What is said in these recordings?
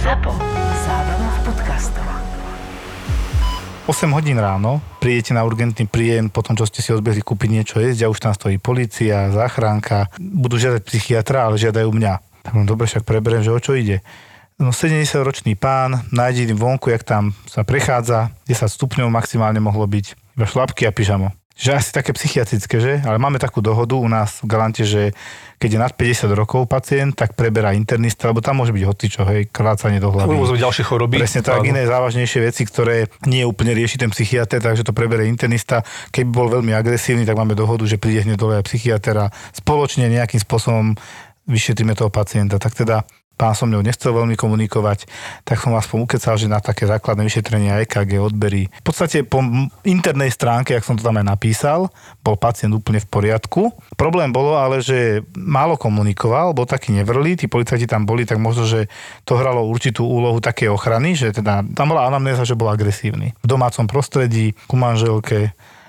Zábrná v podcastov. 8 hodín ráno prídete na urgentný príjem po tom, čo ste si odbehli kúpiť niečo jesť a už tam stojí polícia, záchranka, budú žiadať psychiatra, ale žiadajú mňa. Tak dobre, však preberiem, že o čo ide. No 70-ročný pán, nájde vonku, jak tam sa prechádza, 10 stupňov maximálne mohlo byť, iba šlapky a pyžamo. Že asi také psychiatrické, že? Ale máme takú dohodu u nás v Galante, že keď je nad 50 rokov pacient, tak preberá internista, lebo tam môže byť hocičo, hej, krvácanie do hlavy. Môžu byť ďalšie choroby. Presne tak, iné závažnejšie veci, ktoré nie úplne rieši ten psychiatr, takže to preberie internista. Keby bol veľmi agresívny, tak máme dohodu, že príde hneď dole aj psychiatr a spoločne nejakým spôsobom vyšetríme toho pacienta. Tak teda pán so mnou nechcel veľmi komunikovať, tak som aspoň ukecal, že na také základné vyšetrenia EKG, odbery. V podstate po internej stránke, jak som to tam aj napísal, bol pacient úplne v poriadku. Problém bolo ale, že málo komunikoval, bol taký nevrlý, tí policajti tam boli, tak možno, že to hralo určitú úlohu takej ochrany, že teda tam bola anamnéza, že bol agresívny. V domácom prostredí, ku manželke.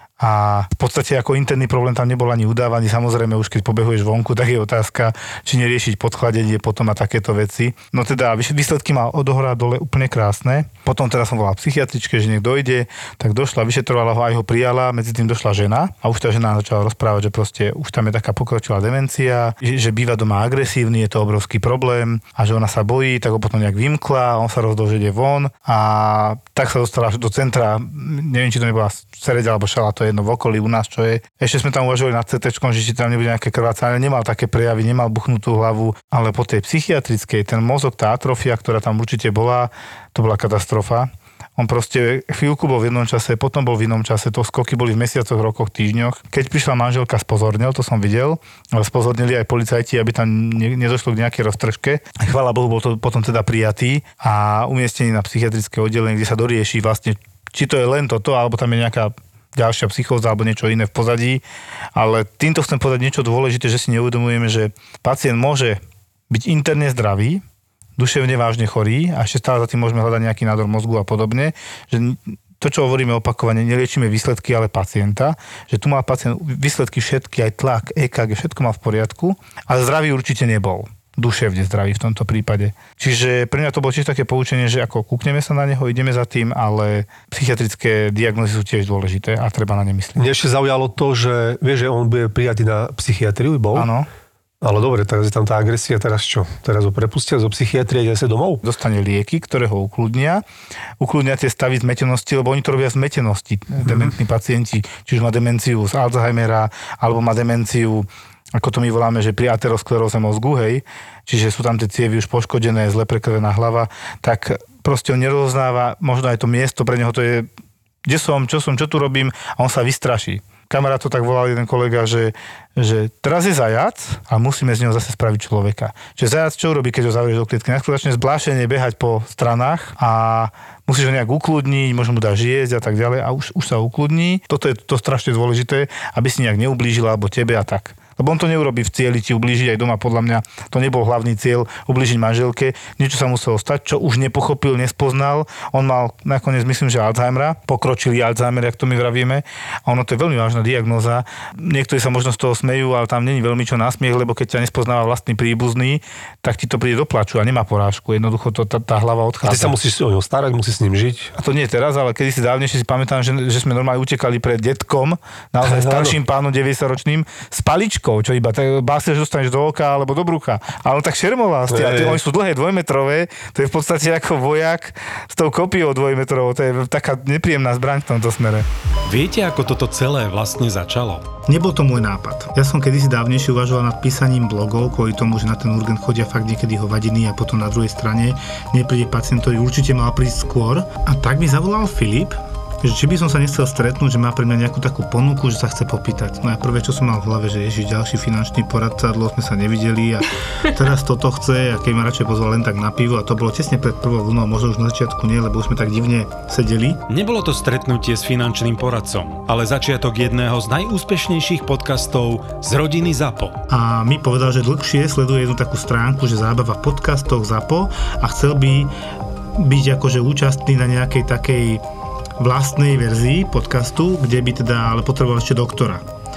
A v podstate ako interný problém tam nebol ani udávaný. Samozrejme, už keď pobehuješ vonku, tak je otázka, či neriešiť podchladenie potom a takéto veci. No teda výsledky mal odohrať dole úplne krásne. Potom teda som volal psychiatričke, že nech dojde, tak došla, vyšetrovala ho, aj ho prijala, medzi tým došla žena a už tá žena začala rozprávať, že proste už tam je taká pokročilá demencia, že býva doma agresívny, je to obrovský problém a že ona sa bojí, tak ho potom nejak vymkla, on sa rozhodol, že ide von a tak sa dostala do centra, neviem, či to nebola Sereď alebo Šala, to je jedno v okolí u nás, čo je. Ešte sme tam uvažovali nad CT-čkom, že či tam nebude nejaké krvácanie, nemal také prejavy, nemal buchnutú hlavu, ale po tej psychiatrickej, ten mozog, tá atrofia, ktorá tam určite bola, to bola katastrofa. On proste chvíľku bol v jednom čase, potom bol v inom čase, to skoky boli v mesiacoch, rokoch, týždňoch. Keď prišla manželka, spozornil, to som videl, ale spozornili aj policajti, aby tam nedošlo k nejakej roztržke. Chvála Bohu, bol to potom teda prijatý a umiestnený na psychiatrické oddelenie, kde sa dorieši vlastne, či to je len toto, alebo tam je nejaká ďalšia psychóza alebo niečo iné v pozadí. Ale týmto chcem povedať niečo dôležité, že si neuvedomujeme, že pacient môže byť interne zdravý, duševne vážne chorý a ešte stále za tým môžeme hľadať nejaký nádor mozgu a podobne. Že to, čo hovoríme opakovane, neliečíme výsledky, ale pacienta. Že tu má pacient výsledky všetky, aj tlak, EKG, všetko má v poriadku, ale zdravý určite nebol. Duševne zdravý v tomto prípade. Čiže pre mňa to bolo tiež také poučenie, že ako kúkneme sa na neho, ideme za tým, ale psychiatrické diagnózy sú tiež dôležité a treba na ne myslieť. Mne ešte zaujalo to, že vieš, že on bude prijatý na psychiatriu, bol? Áno. Ale dobre, teraz je tam tá agresia, teraz čo? Teraz ho prepustia zo psychiatrie a ide sa domov? Dostane lieky, ktoré ho ukludnia. Ukludnia tie stavy zmetenosti, lebo oni to robia zmetenosti. Dementní pacienti, či už má demenciu z Alzheimera, alebo má demenciu, ako to my voláme, že pri ateroskleróze mozgu, hej, čiže sú tam tie cievy už poškodené, zle prekrvená hlava, tak proste on nerozoznáva, možno aj to miesto, pre neho to je, kde som, čo tu robím, a on sa vystraší. Kamarát to tak volal jeden kolega, že teraz je zajac a musíme z neho zase spraviť človeka. Čiže zajac čo urobí, keď ho zavrieš do klietky? Najskôr začne zblášene behať po stranách a musíš ho nejak ukludniť, možno mu dáš jesť a tak ďalej a už sa ukludní. Toto je to strašne dôležité, aby si nejak neublížil alebo tebe a tak. Lebo on to neurobí v cieli ti ublížiť aj doma, podľa mňa to nebol hlavný cieľ ublížiť manželke, niečo sa muselo stať, čo už nepochopil, nespoznal. On mal nakoniec, myslím, že Alzheimera, pokročilý Alzheimer, jak to my vravíme. A ono to je veľmi vážna diagnóza. Niektorí sa možno z toho smejú, ale tam není veľmi čo nasmiech, lebo keď ťa nespoznáva vlastný príbuzný, tak ti to príde do plaču a nemá porážku. Jednoducho tá hlava odchádza. A ty sa musíš o ňom starať, musíš s ním žiť. A to nie teraz, ale kedysi dávnejšie si pamätám, že sme normálne utekali pred detkom, naozaj starším pánom 90-ročným, s paličkou, čo iba básne, že dostaneš do oka alebo do brucha. Ale on tak šermoval. Oni sú dlhé, dvojmetrové, to je v podstate ako vojak s tou kopiou dvojmetrovou. To je taká nepríjemná zbraň v tomto smere. Viete, ako toto celé vlastne začalo? Nebol to môj nápad. Ja som kedysi dávnejšie uvažoval nad písaním blogov, kvôli tomu, že na ten urgent chodia fakt niekedy hovadiny a potom na druhej strane nepríde pacient, ktorý určite mal prísť skôr. A tak mi zavolal Filip, že či by som sa nechcel stretnúť, že má pre mňa nejakú takú ponuku, že sa chce popýtať. No a prvé, čo som mal v hlave, že ježiš, ďalší finančný poradca, dlho sme sa nevideli a teraz toto chce a keď ma radšej pozval len tak na pivo a to bolo tesne pred prvou vlnou, možno už na začiatku nie, lebo už sme tak divne sedeli. Nebolo to stretnutie s finančným poradcom, ale začiatok jedného z najúspešnejších podcastov z rodiny ZAPO. A mi povedal, že dlhšie sleduje jednu takú stránku, že zábava v podcastoch ZAPO a chcel by byť akože účastný na nejakej takej vlastnej verzii podcastu, kde by teda ale potreboval ešte doktora.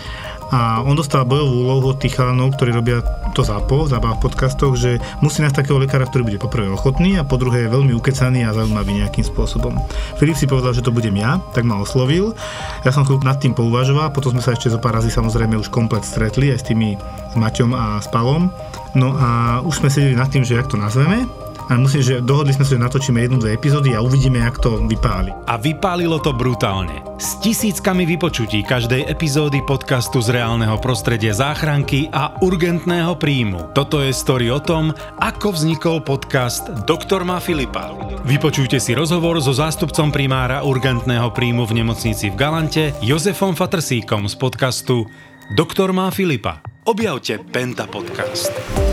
a on dostal bojovú úlohu od tých chalanov, ktorí robia to zábava v podcastoch, že musí nájsť takého lekára, ktorý bude poprvé ochotný a po druhé veľmi ukecaný a zaujímavý nejakým spôsobom. Filip si povedal, že to budem ja, tak ma oslovil. Ja som chvíľu nad tým pouvažoval, potom sme sa ešte zo pár razy samozrejme už komplet stretli aj s Maťom a s Palom. No a už sme sedeli nad tým, že jak to nazveme. A musím, že dohodli sme sa, že natočíme 1-2 epizódy a uvidíme, jak to vypáli. A vypálilo to brutálne. S tisíckami vypočutí každej epizódy podcastu z reálneho prostredia záchranky a urgentného príjmu. Toto je story o tom, ako vznikol podcast Doktor má Filipa. Vypočujte si rozhovor so zástupcom primára urgentného príjmu v nemocnici v Galante Jozefom Fatrsíkom z podcastu Doktor má Filipa. Objavte Penta podcast.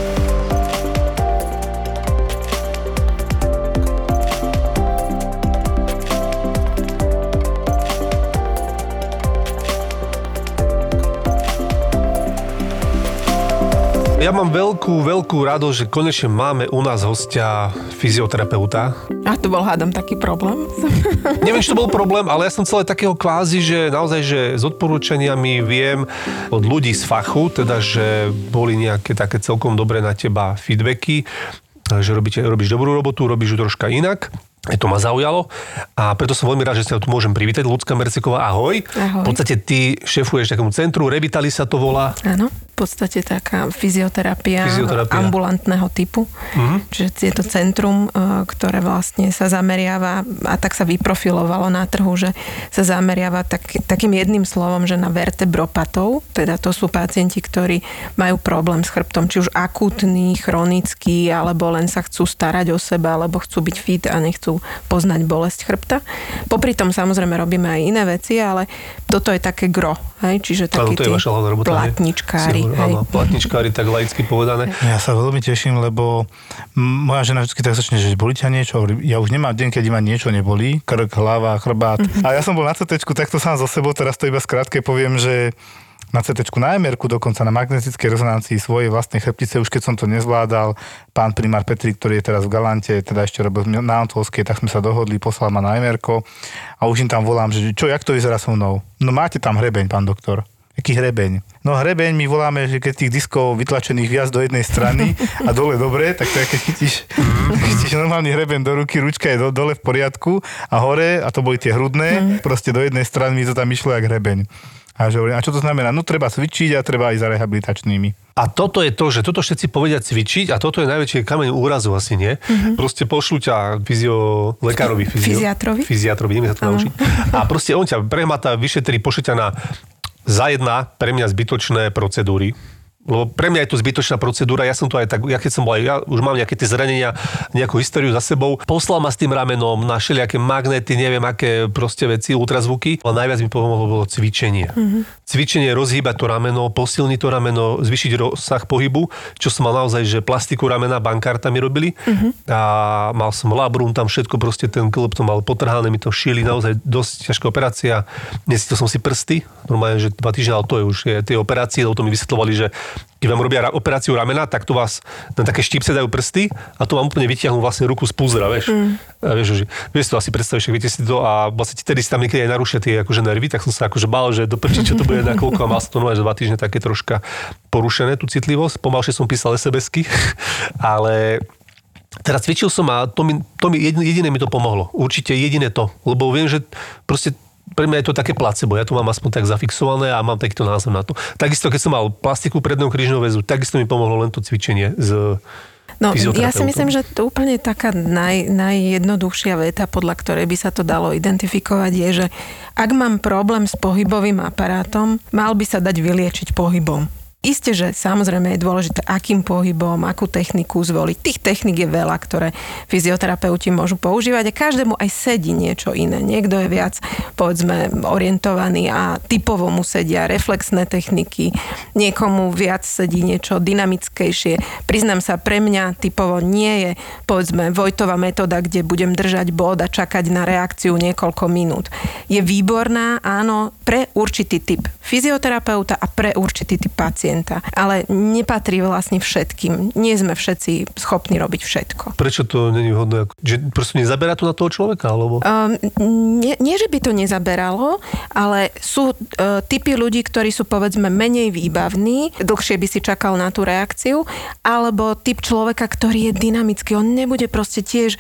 Ja mám veľkú radosť, že konečne máme u nás hostia fyzioterapeuta. A to bol hádam taký problém? Neviem, či to bol problém, ale ja som celé takého kvázi, že naozaj, že s odporúčaniami viem od ľudí z fachu, teda, že boli nejaké také celkom dobré na teba feedbacky, že robíš dobrú robotu, robíš ju troška inak. To ma zaujalo a preto som veľmi rád, že sa tu môžem privítať. Ľudská Merciková, ahoj. Ahoj. V podstate ty šéfuješ takému centru, Revitali sa to volá. Áno, v podstate taká fyzioterapia. Ambulantného typu. Čiže je to centrum, ktoré vlastne sa zameriava a tak sa vyprofilovalo na trhu, že sa zameriava takým jedným slovom, že na vertebropatov, teda to sú pacienti, ktorí majú problém s chrbtom, či už akútny, chronický, alebo len sa chcú starať o seba, alebo chcú byť fit a nechcú poznať bolesť chrbta. Popri tom samozrejme robíme aj iné veci, ale toto je také gro, hej? Čiže takí tí platničkári. Áno, platničkári, tak laicky povedané. Ja sa veľmi teším, lebo moja žena vždy tak začne, že bolí ťa niečo. Ja už nemám deň, keď ma niečo nebolí. Krk, hlava, chrbát. A ja som bol na CT-čku takto sám so sebou, teraz to iba skrátke poviem, že na CT-čku, na MR-ku, dokonca na magnetickej rezonancii svojej vlastnej chrbtice, už keď som to nezvládal, pán primár Petri, ktorý je teraz v Galante, teda ešte robil na Antolskej, tak sme sa dohodli, poslal ma na MR-ko a už im tam volám, že čo, jak to vyzerá so mnou? No máte tam hrebeň, pán doktor. Aký hrebeň? No hrebeň my voláme, že keď tých diskov vytlačených viac do jednej strany a dole dobre, tak to je, keď chytíš normálny hrebeň do ruky, ručka je dole v poriadku a hore, a to boli tie hrudné, proste do jednej strany mi to tam išlo jak hrebeň. A čo to znamená? No treba cvičiť a treba ísť za rehabilitačnými. A toto je to, že toto všetci povedia cvičiť a toto je najväčší kameň úrazu asi, nie? Proste pošlú ťa fyziatrovi, neviem sa to naučiť. A proste on ťa prehmatá, vyšetrí, pošle ťa na za jedna pre mňa zbytočné procedúry. Lebo pre mňa je to zbytočná procedúra, ja som to aj tak, ja keď som bol, ja už mám nejaké tie zranenia, nejakú históriu za sebou. Poslal ma s tým ramenom na všelijaké magnety, neviem aké proste veci, ultrazvuky. Ale najviac mi pomohlo bolo cvičenie. Cvičenie, rozhýbať to rameno, posilniť to rameno, zvýšiť rozsah pohybu, čo som mal naozaj, že plastiku ramena bankárta mi robili. A mal som labrum, tam všetko proste ten klub to mal potrhané, mi to šili, naozaj dosť ťažká operácia. Nesítil som si prsty, normálne, že 2 týždne, ale to je už tie operácie, lebo to mi vysvetľovali, že keď vám robia operáciu ramena, tak to vás na také štípce dajú prsty a to vám úplne vytiahnú vlastne ruku z púzdra, vieš. A vieš to asi predstavíš, viete si to a vlastne tedy si tam niekedy aj narušia tie akože nervy, tak som sa akože bál, že doprčí, čo to bude na koľko a mal som to normálne 2 týždne také troška porušené, tú citlivosť. Pomalšie som písal SMS-ky, ale teraz cvičil som a to mi jediné mi to pomohlo. Určite jediné to, lebo viem, že proste pre mňa je to také placebo, ja to mám aspoň tak zafixované a mám takýto názor na to. Takisto, keď som mal plastiku predného krížneho väzu, takisto mi pomohlo len to cvičenie z fyzioterapeutom. Ja si myslím, že to úplne taká najjednoduchšia veta, podľa ktorej by sa to dalo identifikovať, je, že ak mám problém s pohybovým aparátom, mal by sa dať vyliečiť pohybom. Isté, že samozrejme je dôležité, akým pohybom, akú techniku zvoliť. Tých technik je veľa, ktoré fyzioterapeuti môžu používať a každému aj sedí niečo iné. Niekto je viac, povedzme, orientovaný a typovo mu sedia reflexné techniky, niekomu viac sedí niečo dynamickejšie. Priznám sa, pre mňa typovo nie je, povedzme, Vojtova metóda, kde budem držať bod a čakať na reakciu niekoľko minút. Je výborná, áno, pre určitý typ fyzioterapeuta a pre určitý typ pacienta. pacienta. Ale nepatrí vlastne všetkým. Nie sme všetci schopní robiť všetko. Prečo to není vhodné? Že proste nezaberá to na toho človeka? Alebo? Nie, že by to nezaberalo, ale sú typy ľudí, ktorí sú povedzme menej výbavní, dlhšie by si čakal na tú reakciu, alebo typ človeka, ktorý je dynamický. On nebude proste tiež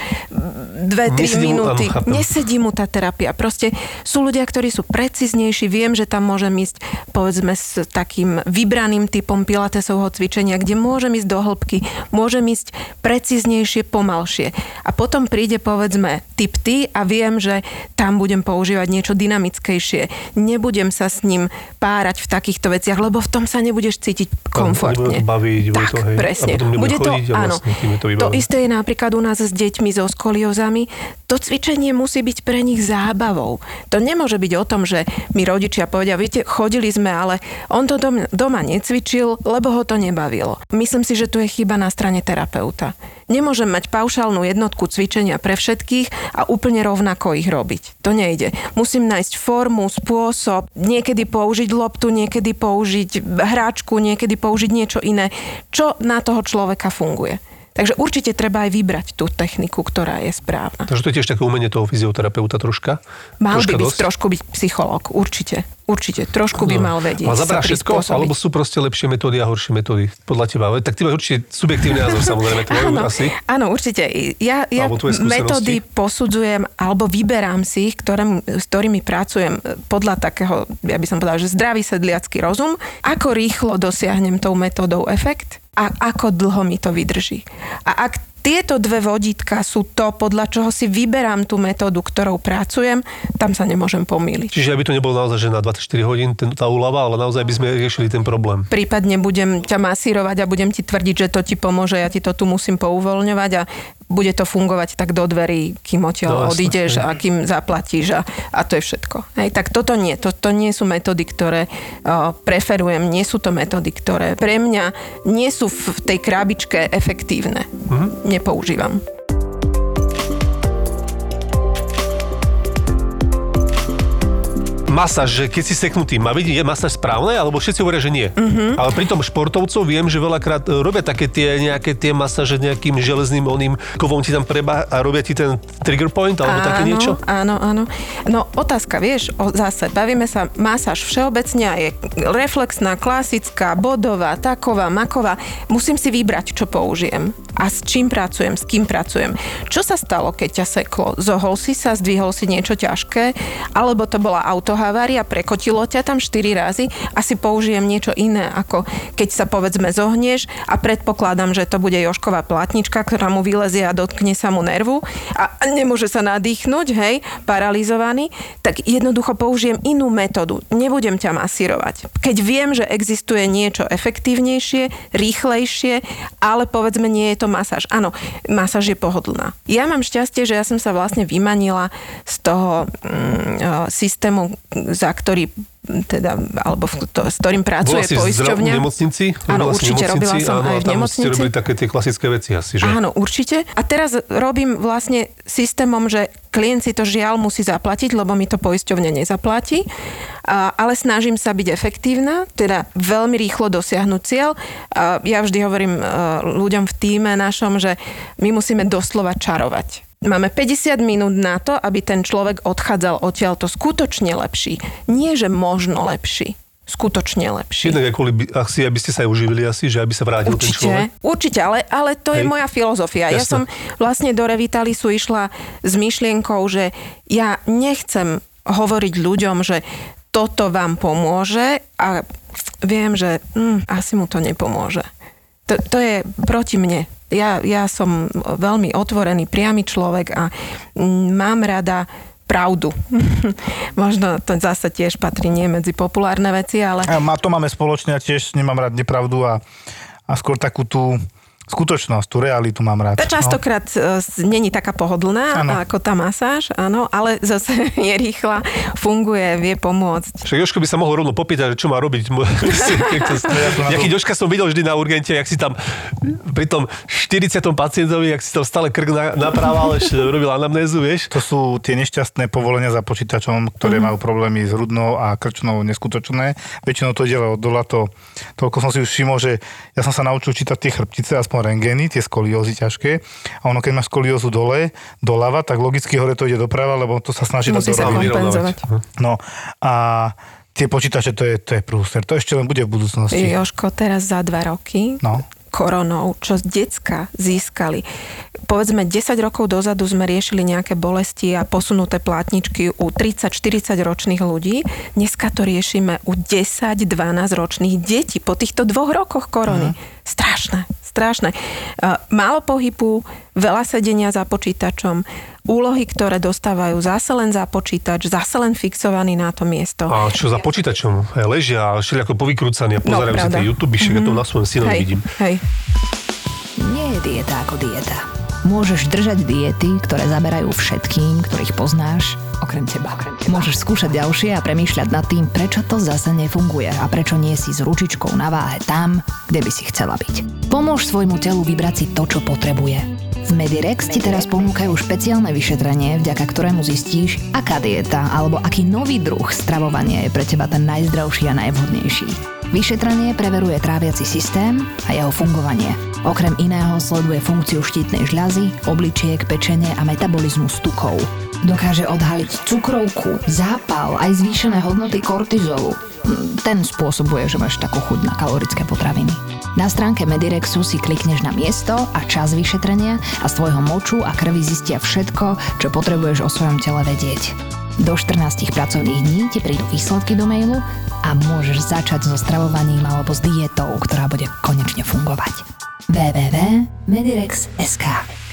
2-3 minúty. Nesedí mu tá terapia. Proste sú ľudia, ktorí sú preciznejší. Viem, že tam môžem ísť povedzme s takým vybraným typom pilatesovho cvičenia, kde môžem ísť do hĺbky, môžem ísť preciznejšie, pomalšie. A potom príde povedzme typ ty a viem, že tam budem používať niečo dynamickejšie. Nebudem sa s ním párať v takýchto veciach, lebo v tom sa nebudeš cítiť komfortne. Baviť, tak, to, hej. presne. A potom nebude chodiť a áno. vlastne to isté je napríklad u nás s deťmi so skoliózami. To cvičenie musí byť pre nich zábavou. To nemôže byť o tom, že mi rodičia povedia, viete, chodili sme, ale on to doma necvičil, lebo ho to nebavilo. Myslím si, že tu je chyba na strane terapeuta. Nemôžem mať paušálnu jednotku cvičenia pre všetkých a úplne rovnako ich robiť. To nejde. Musím nájsť formu, spôsob, niekedy použiť loptu, niekedy použiť hráčku, niekedy použiť niečo iné, čo na toho človeka funguje. Takže určite treba aj vybrať tú techniku, ktorá je správna. Takže to je tiež také umenie toho fyzioterapeuta troška? Mal by byť trošku byť psychológ, určite. Určite, trošku by mal vedieť. Ale zabrá všetko, alebo sú proste lepšie metódy a horšie metódy podľa teba? Tak ty máš určite subjektívny názor, samozrejme, tvoj asi. Áno, určite. Ja metódy posudzujem, alebo vyberám si ich, s ktorými pracujem podľa takého, ja by som povedala, že zdravý sedliacky rozum. Ako rýchlo dosiahnem tou metódou efekt a ako dlho mi to vydrží. A ak tieto dve vodítka sú to, podľa čoho si vyberám tú metódu, ktorou pracujem, tam sa nemôžem pomýliť. Čiže aby to nebolo naozaj, že na 24 hodín tá úľava, ale naozaj by sme riešili ten problém. Prípadne budem ťa masírovať a budem ti tvrdiť, že to ti pomôže, ja ti to tu musím pouvoľňovať a bude to fungovať tak do dverí, kým odtiaľ odídeš a kým zaplatíš a to je všetko. Hej, tak toto nie. To nie sú metódy, ktoré preferujem. Nie sú to metódy, ktoré pre mňa nie sú v tej krabičke efektívne. Nepoužívam. Masáž, že keď si seknutý, má byť, je masáž správne? Alebo všetci hovoria, že nie. Ale pritom športovcov viem, že veľakrát robia také nejaké tie masáže nejakým železným oným kovom ti tam preba a robia ti ten trigger point alebo také niečo? Áno. No otázka, vieš, zase bavíme sa masáž všeobecne a je reflexná, klasická, bodová, taková, maková. Musím si vybrať, čo použijem a s čím pracujem, s kým pracujem. Čo sa stalo, keď ťa seklo? Zohol si sa, zdvihol si niečo ťažké, alebo to bola autohavária, prekotilo ťa tam 4 razy a si použijem niečo iné, ako keď sa povedzme zohneš a predpokladám, že to bude Jožková platnička, ktorá mu vylezie a dotkne sa mu nervu a nemôže sa nadýchnuť, hej, paralizovaný, tak jednoducho použijem inú metódu. Nebudem ťa masírovať. Keď viem, že existuje niečo efektívnejšie, rýchlejšie, ale povedzme nie je to masáž. Áno, masáž je pohodlná. Ja mám šťastie, že ja som sa vlastne vymanila z toho systému, za ktorý teda, alebo s ktorým pracuje poisťovňa. V nemocnici? Áno, určite, robila som aj v nemocnici. Tam ste robili také tie klasické veci asi, že? Áno, určite. A teraz robím vlastne systémom, že klient si to žiaľ musí zaplatiť, lebo mi to poisťovňa nezaplatí. Ale snažím sa byť efektívna, teda veľmi rýchlo dosiahnuť cieľ. Ja vždy hovorím ľuďom v tíme našom, že my musíme doslova čarovať. Máme 50 minút na to, aby ten človek odchádzal odtiaľto skutočne lepší. Nie, že možno lepší. Skutočne lepší. Jednak asi, aby ste sa aj uživili asi, že aby sa vrátil ten človek. Určite, ale to je moja filozofia. Jasne. Ja som vlastne do Revitalisu išla s myšlienkou, že ja nechcem hovoriť ľuďom, že toto vám pomôže a viem, že asi mu to nepomôže. To je proti mne. Ja som veľmi otvorený, priamy človek a mám rada pravdu. Možno to zase tiež patrí nie medzi populárne veci, ale... To máme spoločne a tiež nemám rád nepravdu a skôr takú tú skutočnosť, tú realitu mám rád. Tá častokrát není taká pohodlná ako tá masáž, áno, ale zase je rýchla, funguje, vie pomôcť. Však Jožko by sa mohol rovno popýtať, čo má robiť. Jaký Jožka som videl vždy na urgente, jak si tam pri tom 40. pacientovi, jak si tam stále krk naprával, ešte robil anamnézu, vieš? To sú tie nešťastné povolenia za počítačom, ktoré majú problémy s hrudnou a krčnou neskutočné. Väčšinou to ide od dola, toľko som si už všimol, že ja som sa naučil čítať tie chrbtice, aspoň rentgeny, tie skoliózy ťažké. A ono, keď máš skoliózu dole, doľava, tak logicky hore to ide doprava, lebo to sa snaží musí sa kompenzovať. No a tie počítače, to je prúser. To ešte len bude v budúcnosti. Jožko, teraz za 2 roky koronou, čo z decka získali. Povedzme, 10 rokov dozadu sme riešili nejaké bolesti a posunuté plátničky u 30-40 ročných ľudí. Dneska to riešime u 10-12 ročných detí po týchto 2 rokoch korony. Strašné. Málo pohybu, veľa sedenia za počítačom, úlohy, ktoré dostávajú zase len za počítač, zase len fixovaný na to miesto. A čo za počítačom? Ležia, všelijako povykrúcaní a pozerajú si tie YouTube, však ja to na svojom synovi vidím. Hej. Nie je dieta ako dieta. Môžeš držať diety, ktoré zaberajú všetkým, ktorých poznáš, okrem teba. Môžeš skúšať ďalšie a premýšľať nad tým, prečo to zase nefunguje a prečo nie si s ručičkou na váhe tam, kde by si chcela byť. Pomôž svojmu telu vybrať si to, čo potrebuje. V Medirex ti teraz ponúkajú špeciálne vyšetrenie, vďaka ktorému zistíš, aká dieta alebo aký nový druh stravovania je pre teba ten najzdravší a najvhodnejší. Vyšetrenie preveruje tráviaci systém a jeho fungovanie. Okrem iného sleduje funkciu štítnej žľazy, obličiek, pečenie a metabolizmus tukov. Dokáže odhaliť cukrovku, zápal, aj zvýšené hodnoty kortizolu. Ten spôsobuje, že máš takú chuť na kalorické potraviny. Na stránke Medirexu si klikneš na miesto a čas vyšetrenia a z tvojho moču a krvi zistia všetko, čo potrebuješ o svojom tele vedieť. Do 14 pracovných dní ti prídu výsledky do mailu a môžeš začať so stravovaním alebo s dietou, ktorá bude konečne fungovať. www.medirex.sk.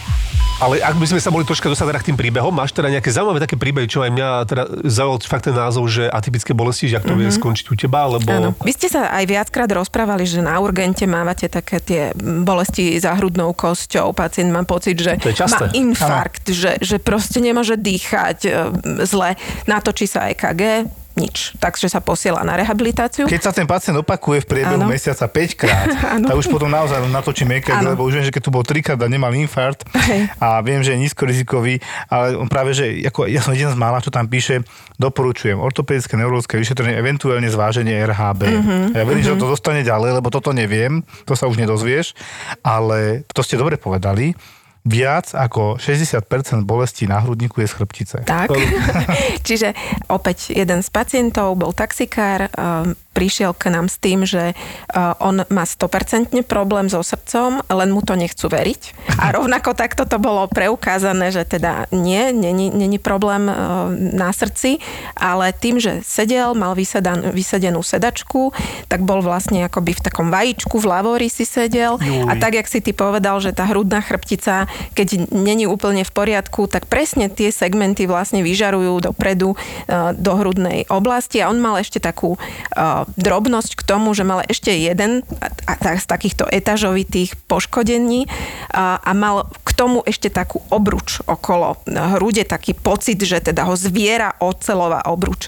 Ale ak by sme sa mohli troška dostať k tým príbehom, máš teda nejaké zaujímavé také príbehy, čo aj mňa teda zaujal fakt ten názov, že atypické bolesti, že ak to vie skončiť u teba, alebo... Áno. Vy ste sa aj viackrát rozprávali, že na urgente mávate také tie bolesti za hrudnou kosťou. Pacient má pocit, že má infarkt, že proste nemôže dýchať zle. Natočí sa EKG, nič. Takže sa posiela na rehabilitáciu. Keď sa ten pacient opakuje v priebehu mesiaca 5-krát, tak už potom naozaj natočím EKG, lebo už viem, že keď tu bol 3-krát a nemal infarkt a viem, že je nízkorizikový, ale on práve, že ako ja som jeden z mála, čo tam píše, doporučujem ortopedické neurologické vyšetrenie, eventuálne zváženie RHB. Ja verím, že to dostane ďalej, lebo toto neviem, to sa už nedozvieš, ale to ste dobre povedali. Viac ako 60% bolestí na hrudníku je z chrbtice. Tak. Čiže opäť jeden z pacientov bol taxikár, prišiel k nám s tým, že on má 100% problém so srdcom, len mu to nechcú veriť. A rovnako takto to bolo preukázané, že teda není problém na srdci, ale tým, že sedel, mal vysedenú sedačku, tak bol vlastne akoby v takom vajíčku, v lavori si sedel. A tak, jak si ty povedal, že tá hrudná chrbtica, keď není úplne v poriadku, tak presne tie segmenty vlastne vyžarujú dopredu do hrudnej oblasti. A on mal ešte takú drobnosť k tomu, že mal ešte jeden z takýchto etažovitých poškodení a mal k tomu ešte takú obruč okolo hrude, taký pocit, že teda ho zviera oceľová obruč.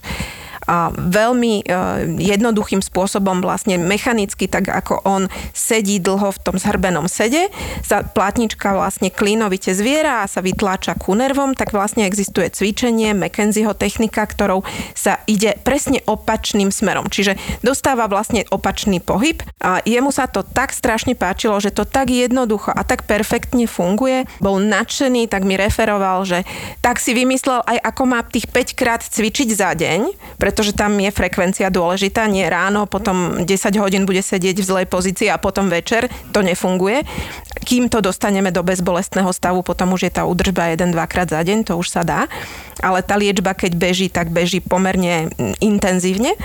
A veľmi jednoduchým spôsobom vlastne mechanicky, tak ako on sedí dlho v tom zhrbenom sede, sa plátnička vlastne klínovite zviera a sa vytláča ku nervom, tak vlastne existuje cvičenie, McKenzieho technika, ktorou sa ide presne opačným smerom. Čiže dostáva vlastne opačný pohyb a jemu sa to tak strašne páčilo, že to tak jednoducho a tak perfektne funguje. Bol nadšený, tak mi referoval, že tak si vymyslel aj ako má tých 5 krát cvičiť za deň, pretože tam je frekvencia dôležitá, nie ráno, potom 10 hodín bude sedieť v zlej pozícii a potom večer, to nefunguje. Kým to dostaneme do bezbolestného stavu, potom už je tá údržba 1-2 krát za deň, to už sa dá. Ale tá liečba, keď beží, tak beží pomerne intenzívne.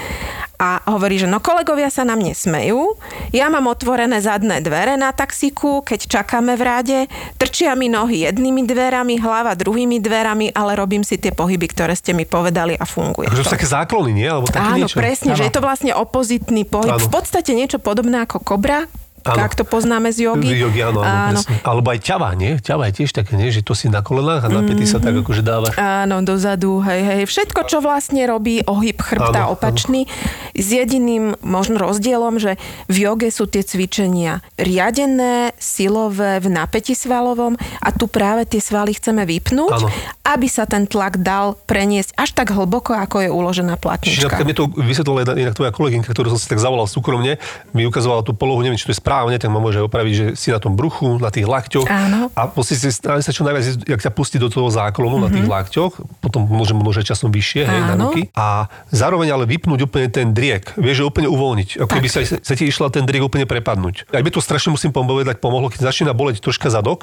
A hovorí, že no kolegovia sa na mne smejú, ja mám otvorené zadné dvere na taxíku, keď čakáme v ráde, trčia mi nohy jednými dverami, hlava druhými dverami, ale robím si tie pohyby, ktoré ste mi povedali a funguje. Takže to sú také záklony, nie? Alebo také áno, niečo? Presne, že je to vlastne opozitný pohyb. Áno. V podstate niečo podobné ako kobra, ak to poznáme z jogy. Áno, presne. Alebo aj ťava, nie? Ťava je tiež také, nie? Že to si na kolenách a na päty sa tak akože dávaš. Áno, dozadu, hej. Všetko, čo vlastne robí ohyb chrbta opačný, s jediným možno rozdielom, že v joge sú tie cvičenia riadené, silové, v napätí svalovom a tu práve tie svaly chceme vypnúť, aby sa ten tlak dal preniesť až tak hlboko, ako je uložená platnička. Čiže mi to vysvetlila inak tvoja kolegynka, ktorú som si tak zavolal súkromne, mi ukazovala tú polohu, neviem, či to je správne, tak ma môže opraviť, že si na tom bruchu, na tých lakťoch. Áno. A musí si sa čo najviac, jak ťa pustí do toho záklonu na tých lakťoch, potom môžem časom vyššie, hej, na ruky. A zároveň ale vypnúť úplne ten driek. Vieš, že úplne uvoľniť. Ako keby sa ti išla ten driek úplne prepadnúť. Aj mi to strašne musím povedať, pomohlo, keď začína boleť troška zadok.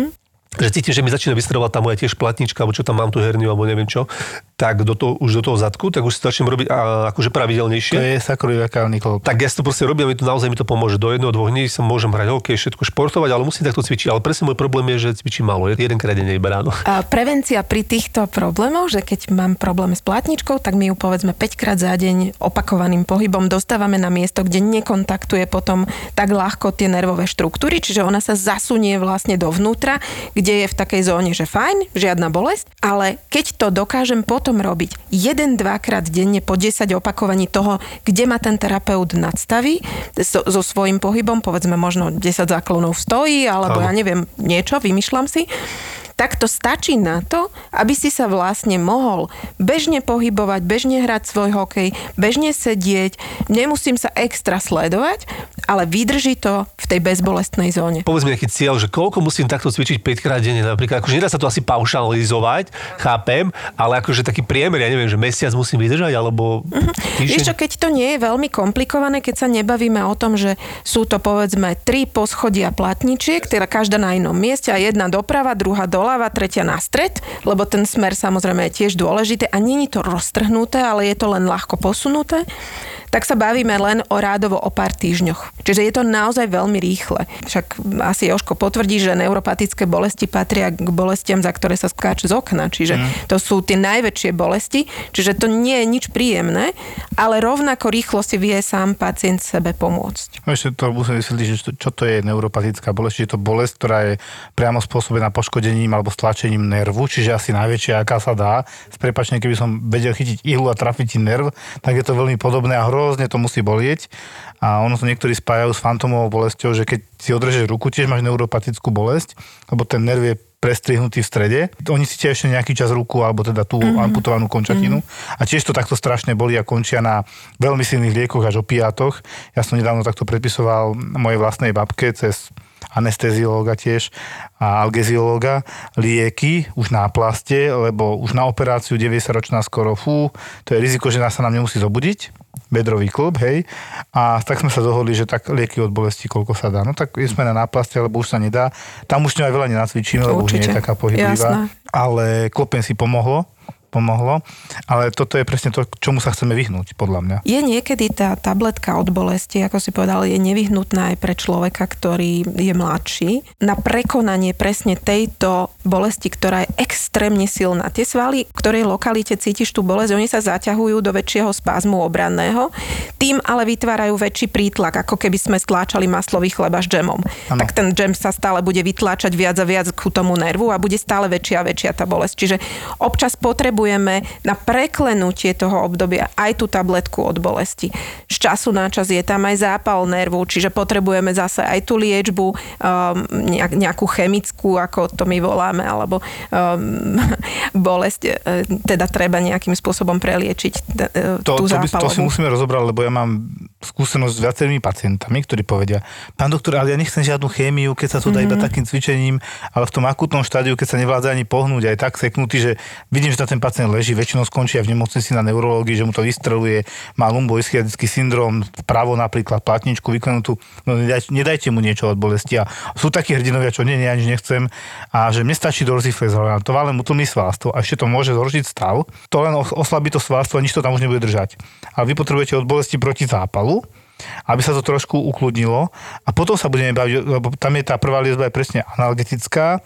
Že cítim, že mi začína vystrebovať tá moja tiež platnička, alebo čo tam mám tú herniu, alebo neviem čo, tak už do toho zadku, tak už si začnem robiť akože pravidelnejšie. To je sakroiliakálny klop. Tak ja si to proste robím, naozaj mi to pomôže. Do 1-2 dní sa môžem hrať hokej, všetko športovať, ale musím takto cvičiť. Ale presne môj problém je, že cvičím málo. Jedenkrát denne iba ráno. A prevencia pri týchto problémoch, že keď mám problém s platničkou, tak my ju povedzme 5-krát za deň opakovaným pohybom dostávame na miesto, kde nekontaktuje potom tak ľahko tie nervové štruktúry, čiže ona sa zasunie vlastne dovnútra, kde je v takej zóne, že fajn, žiadna bolesť, ale keď to dokážem potom robiť 1-2 krát denne po 10 opakovaní toho, kde ma ten terapeut nadstaví so svojím pohybom, povedzme možno 10 záklonov stojí, alebo ja neviem, niečo, vymýšľam si, tak to stačí na to, aby si sa vlastne mohol bežne pohybovať, bežne hrať svoj hokej, bežne sedieť, nemusím sa extra sledovať, ale vydrží to v tej bezbolestnej zóne. Povedz mi nejaký cieľ, že koľko musím takto cvičiť 5-krát denne napríklad, akože nedá sa to asi paušalizovať, chápem, ale akože taký priemer, ja neviem, že mesiac musím vydržať, alebo týždeň. Vieš čo, keď to nie je veľmi komplikované, keď sa nebavíme o tom, že sú to povedzme 3 poschodia platničiek, teda každá na inom mieste a jedna doprava, druhá doľava, tretia na stred, lebo ten smer samozrejme je tiež dôležité a nie je to roztrhnuté, ale je to len ľahko posunuté, tak sa bavíme len o rádovo o pár týždňoch. Čiže je to naozaj veľmi rýchle. Však asi Jožko potvrdí, že neuropatické bolesti patria k bolestiam, za ktoré sa skáče z okna. Čiže to sú tie najväčšie bolesti. Čiže to nie je nič príjemné, ale rovnako rýchlo si vie sám pacient sebe pomôcť. Ešte to musím vysvetliť, že čo to je neuropatická bolesť. Je to bolesť, ktorá je priamo spôsobená poškodením alebo stlačením nervu, čiže asi najväčšia, aká sa dá. S prepáčením, keby som vedel chytiť ihlu a trafiť nerv, tak je to veľmi podobné a hrozne to musí bolieť. A ono to niektorí spájajú s fantómovou bolesťou, že keď si odrežeš ruku, tiež máš neuropatickú bolesť, lebo ten nerv je prestrihnutý v strede. Oni si ešte nejaký čas ruku, alebo teda tú amputovanú končatinu. A tiež to takto strašne bolí a končia na veľmi silných liekoch až opiátoch. Ja som nedávno takto predpisoval mojej vlastnej babke cez anesteziológa tiež a algeziológa lieky už na plaste, lebo už na operáciu 90-ročná skoro, to je riziko, že nás sa nám nemusí zobudiť. Bedrový klub, hej. A tak sme sa dohodli, že tak lieky od bolesti, koľko sa dá. No tak sme na náplaste, lebo už sa nedá. Tam už aj veľa nenacvičíme, lebo už nie je taká pohyblivá. Jasné. Ale klopen si pomohlo, ale toto je presne to, čomu sa chceme vyhnúť, podľa mňa. Je niekedy tá tabletka od bolesti, ako si povedal, je nevyhnutná aj pre človeka, ktorý je mladší, na prekonanie presne tejto bolesti, ktorá je extrémne silná. Tie svaly, v ktorej lokalite cítiš tú bolesť, oni sa zaťahujú do väčšieho spázmu obranného, tým ale vytvárajú väčší prítlak, ako keby sme stláčali maslový chleba s džemom. Ano. Tak ten džem sa stále bude vytláčať viac a viac ku tomu nervu a bude stále väčšia a väčšia tá bolesť. Čiže občas potrebujeme na preklenutie toho obdobia aj tú tabletku od bolesti. Z času na čas je tam aj zápal nervu, čiže potrebujeme zase aj tú liečbu, nejakú chemickú, ako to my voláme, alebo bolesť, teda treba nejakým spôsobom preliečiť tú zápalovú. To si musíme rozobrať, lebo ja mám skúsenosť s viacerými pacientami, ktorí povedia, pán doktor, ale ja nechcem žiadnu chémiu, keď sa to dá iba takým cvičením, ale v tom akutnom štádiu, keď sa nevládza ani pohnúť, aj tak seknutý, že vidím, že ten pacient leží, väčšinou skončí aj v nemocnici na neurológii, že mu to vystreluje, má lumboischiadický syndrom, vpravo napríklad platničku vyklenutú, no nedajte mu niečo od bolesti. A sú takí hrdinovia, čo nie, ja nič nechcem a že mne stačí dorziflex, to má len utlmí svalstvo a ešte to môže zhoršiť stav, to len oslabí to svalstvo a nič to tam už nebude držať. Ale vy potrebujete od bolesti proti zápalu, aby sa to trošku ukludnilo a potom sa budeme baviť, lebo tam je tá prvá liečba presne analgetická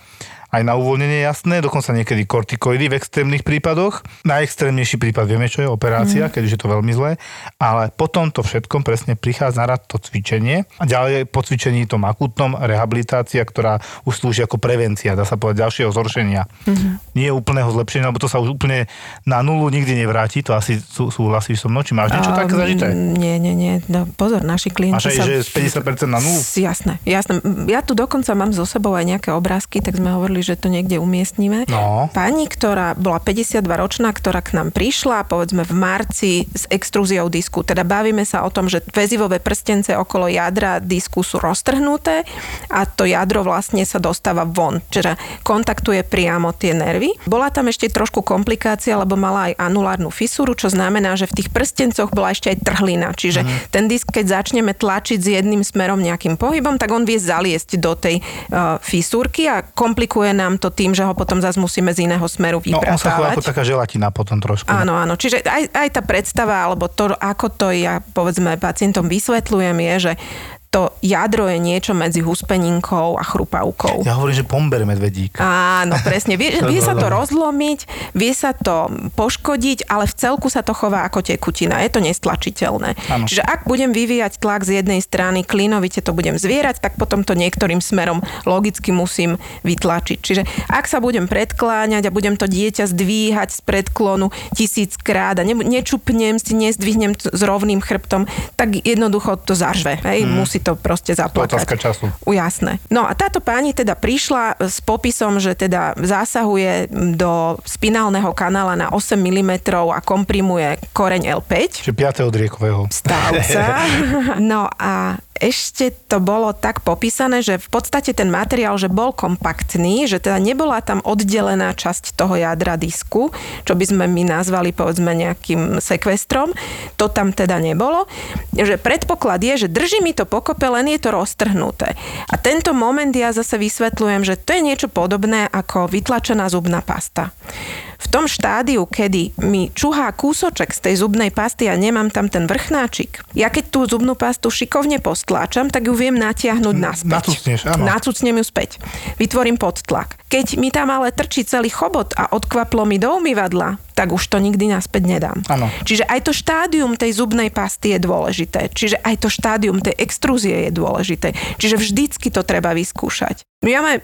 aj na uvoľnenie jasné, dokonca niekedy kortikoidy v extrémnych prípadoch. Najextrémnejší prípad vieme, čo je operácia, keď už je to veľmi zlé, ale potom to všetkom presne prichádza na rad to cvičenie a ďalej po cvičení tom akútnom rehabilitácia, ktorá už slúži ako prevencia, dá sa povedať, ďalšieho zhoršenia. Nie úplného zlepšenia, lebo to sa už úplne na nulu nikdy nevráti, to asi súhlasíš so mnou, či máš niečo také zažité? Nie. No, pozor, naši klienti sa... že z 50% na nulu? Jasné. Ja tu dokonca mám so sebou aj nejaké obrázky, tak sme hovorili, že to niekde umiestnime. No. Pani, ktorá bola 52-ročná, ktorá k nám prišla, povedzme v marci s extrúziou disku. Teda bavíme sa o tom, že väzivové prstence okolo jadra disku sú roztrhnuté a to jadro vlastne sa dostáva von. Čiže kontaktuje priamo tie nervy. Bola tam ešte trošku komplikácia, lebo mala aj anulárnu fisúru, čo znamená, že v tých prstencoch bola ešte aj trhlina. Čiže ten disk, keď začneme tlačiť s jedným smerom nejakým pohybom, tak on vie zaliesť do tej fisúrky a komplikuje nám to tým, že ho potom zase musíme z iného smeru vypratávať. No on sa chová ako taká želatina potom trošku. Áno. Čiže aj tá predstava, alebo to, ako to ja povedzme pacientom vysvetľujem, je, že to jadro je niečo medzi huspeninkou a chrupavkou. Ja hovorím, že pomber medvedík. Áno, presne. Vie sa to rozlomiť, vie sa to poškodiť, ale v celku sa to chová ako tekutina. Je to nestlačiteľné. Áno. Čiže ak budem vyvíjať tlak z jednej strany, klinovite to budem zvierať, tak potom to niektorým smerom logicky musím vytlačiť. Čiže ak sa budem predkláňať a budem to dieťa zdvíhať z predklonu 1000-krát a nečupnem si, nezdvihnem s rovným chrbtom, tak jednoducho to zažve. Musí to proste zaplakať. To otázka času. Jasné. No a táto pani teda prišla s popisom, že teda zasahuje do spinálneho kanála na 8 mm a komprimuje koreň L5. Čiže 5. odriekového. Stavca. No a ešte to bolo tak popísané, že v podstate ten materiál, že bol kompaktný, že teda nebola tam oddelená časť toho jadra disku, čo by sme my nazvali povedzme nejakým sekvestrom. To tam teda nebolo. Že predpoklad je, že drží mi to pokope, len je to roztrhnuté. A tento moment ja zase vysvetľujem, že to je niečo podobné ako vytlačená zubná pasta. V tom štádiu, kedy mi čuhá kúsoček z tej zubnej pasty a nemám tam ten vrchnáčik, ja keď tú zubnú pastu šikovne postláčam, tak ju viem natiahnuť naspäť. Nacucneš, áno. Nacucnem ju späť. Vytvorím podtlak. Keď mi tam ale trčí celý chobot a odkvaplo mi do umývadla, tak už to nikdy naspäť nedám. Áno. Čiže aj to štádium tej zubnej pasty je dôležité. Čiže aj to štádium tej extrúzie je dôležité. Čiže vždycky to treba vyskúšať. My máme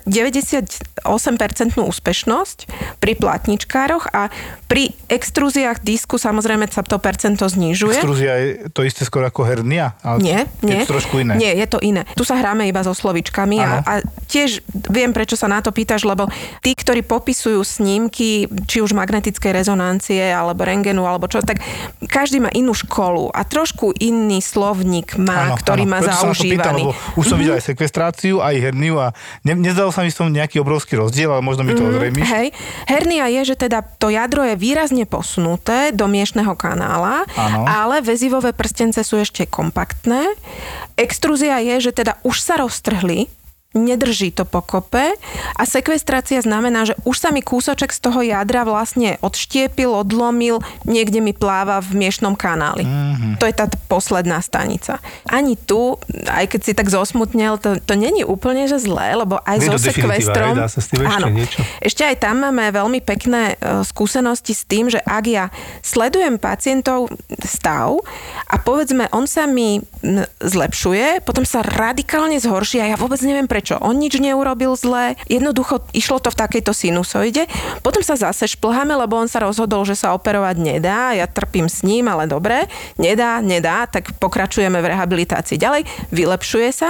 98% úspešnosť pri platničkároch a pri extrúziách disku samozrejme sa to percento znižuje. Extrúzia je to isté skoro ako hernia? Ale nie. Je to trošku iné. Nie, je to iné. Tu sa hráme iba so slovičkami a tiež viem, prečo sa na to pýtaš, lebo tí, ktorí popisujú snímky, či už magnetickej rezonancie, alebo rentgenu, alebo čo, tak každý má inú školu a trošku iný slovník má, ktorý má zaužívaný. Už som videl aj sekvestráciu, aj herniu a nezdalo sa mi s tom nejaký obrovský rozdiel, ale možno mi to odrejmíš. Hej. Hernia je, že teda to jadro je výrazne posunuté do miešneho kanála, ale väzivové prstence sú ešte kompaktné. Extrúzia je, že teda už sa roztrhli, nedrží to pokope a sekvestrácia znamená, že už sa mi kúsoček z toho jadra vlastne odštiepil, odlomil, niekde mi pláva v miešnom kanáli. To je tá posledná stanica. Ani tu, aj keď si tak zosmutnel, to není úplne že zlé, lebo aj so sekvestrom... Dá sa s tým ešte niečo. Ešte aj tam máme veľmi pekné skúsenosti s tým, že ak ja sledujem pacientov stav a povedzme, on sa mi zlepšuje, potom sa radikálne zhorší a ja vôbec neviem prečo. On nič neurobil zle, jednoducho išlo to v takejto sinusoide. Potom sa zase šplháme, lebo on sa rozhodol, že sa operovať nedá, ja trpím s ním, ale dobre, nedá, tak pokračujeme v rehabilitácii ďalej, vylepšuje sa.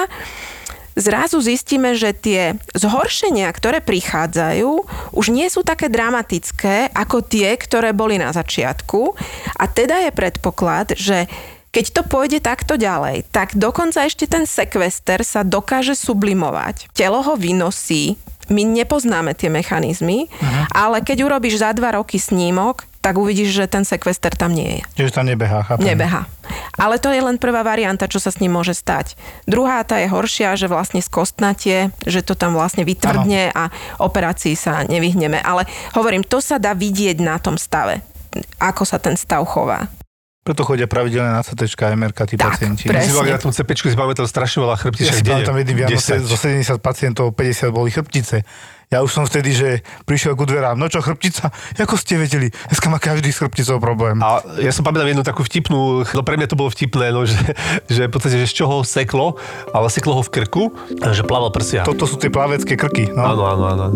Zrazu zistíme, že tie zhoršenia, ktoré prichádzajú, už nie sú také dramatické ako tie, ktoré boli na začiatku. A teda je predpoklad, že keď to pôjde takto ďalej, tak dokonca ešte ten sekvester sa dokáže sublimovať. Telo ho vynosí, my nepoznáme tie mechanizmy, ale keď urobíš za 2 roky snímok, tak uvidíš, že ten sekvester tam nie je. Čiže tam nebehá, chápem. Nebehá. Ale to je len prvá varianta, čo sa s ním môže stať. Druhá, tá je horšia, že vlastne skostnatie, že to tam vlastne vytvrdne a operácii sa nevyhneme. Ale hovorím, to sa dá vidieť na tom stave, ako sa ten stav chová. Preto chodia pravidelne na CT-čka a MR-ka tí pacienti. Presne. Na tom CP-čku si pamätal strašne veľa chrbtiček. Ja si pamätám jedným Vianoce, zo 70 pacientov 50 boli chrbtice. Ja už som vtedy, že prišiel ku dverám, no čo, chrbtica? Ako ste vedeli? Dneska má každý s chrbticou problém. A ja som pamätám jednu takú vtipnú, no pre mňa to bolo vtipné, no, že v podstate, že z čoho seklo, ale seklo ho v krku, že plaval prsia. Toto sú tie plavecké krky. No. Áno.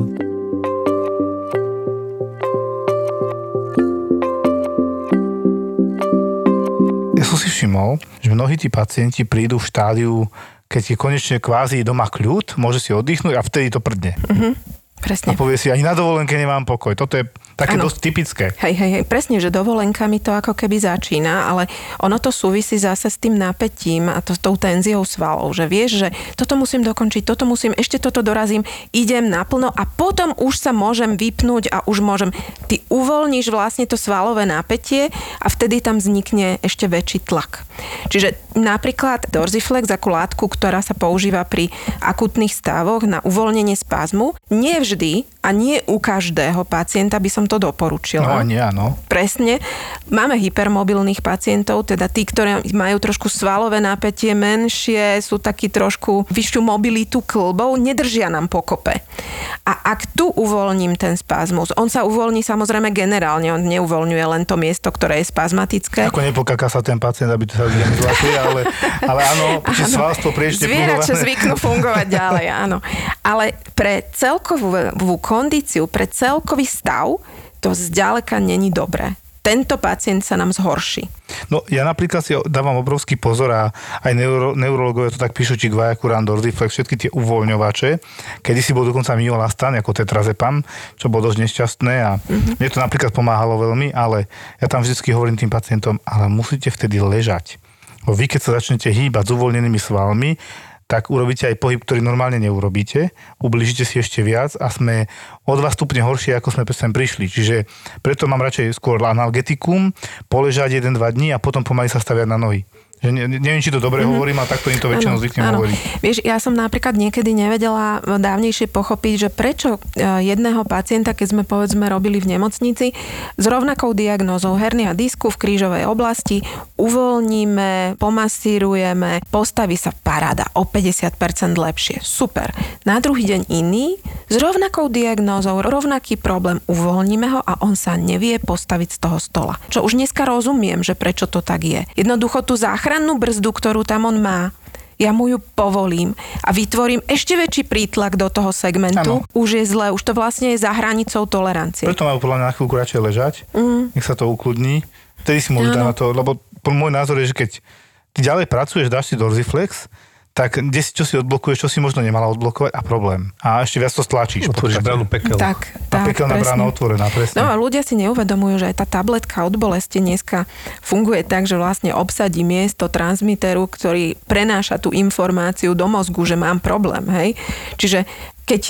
Ja som si všimol, že mnohí tí pacienti prídu v štádiu, keď je konečne kvázi doma kľud, môže si oddychnúť a vtedy to prdne. Presne. A povie si, ani na dovolenke nemám pokoj. Toto je také dosť typické. Hej, presne, že dovolenkami to ako keby začína, ale ono to súvisí zase s tým napätím a tou tenziou svalov, že vieš, že toto musím dokončiť, ešte toto dorazím, idem naplno a potom už sa môžem vypnúť a už môžem. Ty uvoľníš vlastne to svalové napätie a vtedy tam vznikne ešte väčší tlak. Čiže napríklad Dorsiflex ako látku, ktorá sa používa pri akutných stavoch na uvoľnenie spazmu, nie vždy a nie u každého pacienta by som to doporučila. No nie, áno. Presne. Máme hypermobilných pacientov, teda tí, ktorí majú trošku svalové napätie menšie, sú takí trošku vyššiu mobilitu kĺbov, nedržia nám pokope. A ak tu uvoľním ten spazmus, on sa uvoľní samozrejme generálne, on neuvoľňuje len to miesto, ktoré je spazmatické. Ako nepokáka sa ten pacient, aby to sa nezlatuje, ale áno, či svalstvo priežne fungované. Zvierače zvyknú fungovať ďalej, áno. Ale pre celkovú kondíciu, pre celkový stav, to zďaleka není dobré. Tento pacient sa nám zhorší. No ja napríklad si dávam obrovský pozor a aj neurologovia to tak píšu, či Guaiacuran, Dorsiflex, všetky tie uvoľňovače. Kedy si bol dokonca Miolastan, ako tetrazepam, čo bolo dosť nešťastné a mne to napríklad pomáhalo veľmi, ale ja tam vždycky hovorím tým pacientom, ale musíte vtedy ležať. Vy keď sa začnete hýbať s uvoľnenými svalmi, tak urobíte aj pohyb, ktorý normálne neurobíte, ublížite si ešte viac a sme o 2 stupne horšie, ako sme sem prišli. Čiže preto mám radšej skôr analgetikum, poležať 1-2 dní a potom pomaly sa staviať na nohy. Že neviem, či to dobre hovorím, ale takto im to väčšinou zvyknem hovoriť. Vieš, ja som napríklad niekedy nevedela dávnejšie pochopiť, že prečo jedného pacienta, keď sme povedzme robili v nemocnici, s rovnakou diagnózou hernia disku v krížovej oblasti, uvoľníme, pomasírujeme, postaví sa paráda, o 50% lepšie. Super. Na druhý deň iný, s rovnakou diagnózou, rovnaký problém, uvoľníme ho a on sa nevie postaviť z toho stola. Čo už dneska rozumiem, že prečo to tak je. Jednoducho tú záchrannú brzdu, ktorú tam on má, ja mu ju povolím a vytvorím ešte väčší prítlak do toho segmentu. Ano. Už je zle, už to vlastne je za hranicou tolerancie. Preto majú podľa mňa na chvíľku radšej ležať, nech sa to ukludní. Vtedy si môžu dať na to, lebo môj názor je, že keď ty ďalej pracuješ, dáš si Dorsiflex, tak čo si odblokuješ, čo si možno nemala odblokovať a problém. A ešte viac to stlačíš. Otvoríš bránu pekel. Tak, pekelná brána otvorená, presne. No a ľudia si neuvedomujú, že aj tá tabletka od bolesti dneska funguje tak, že vlastne obsadí miesto transmiteru, ktorý prenáša tú informáciu do mozgu, že mám problém, hej. Čiže keď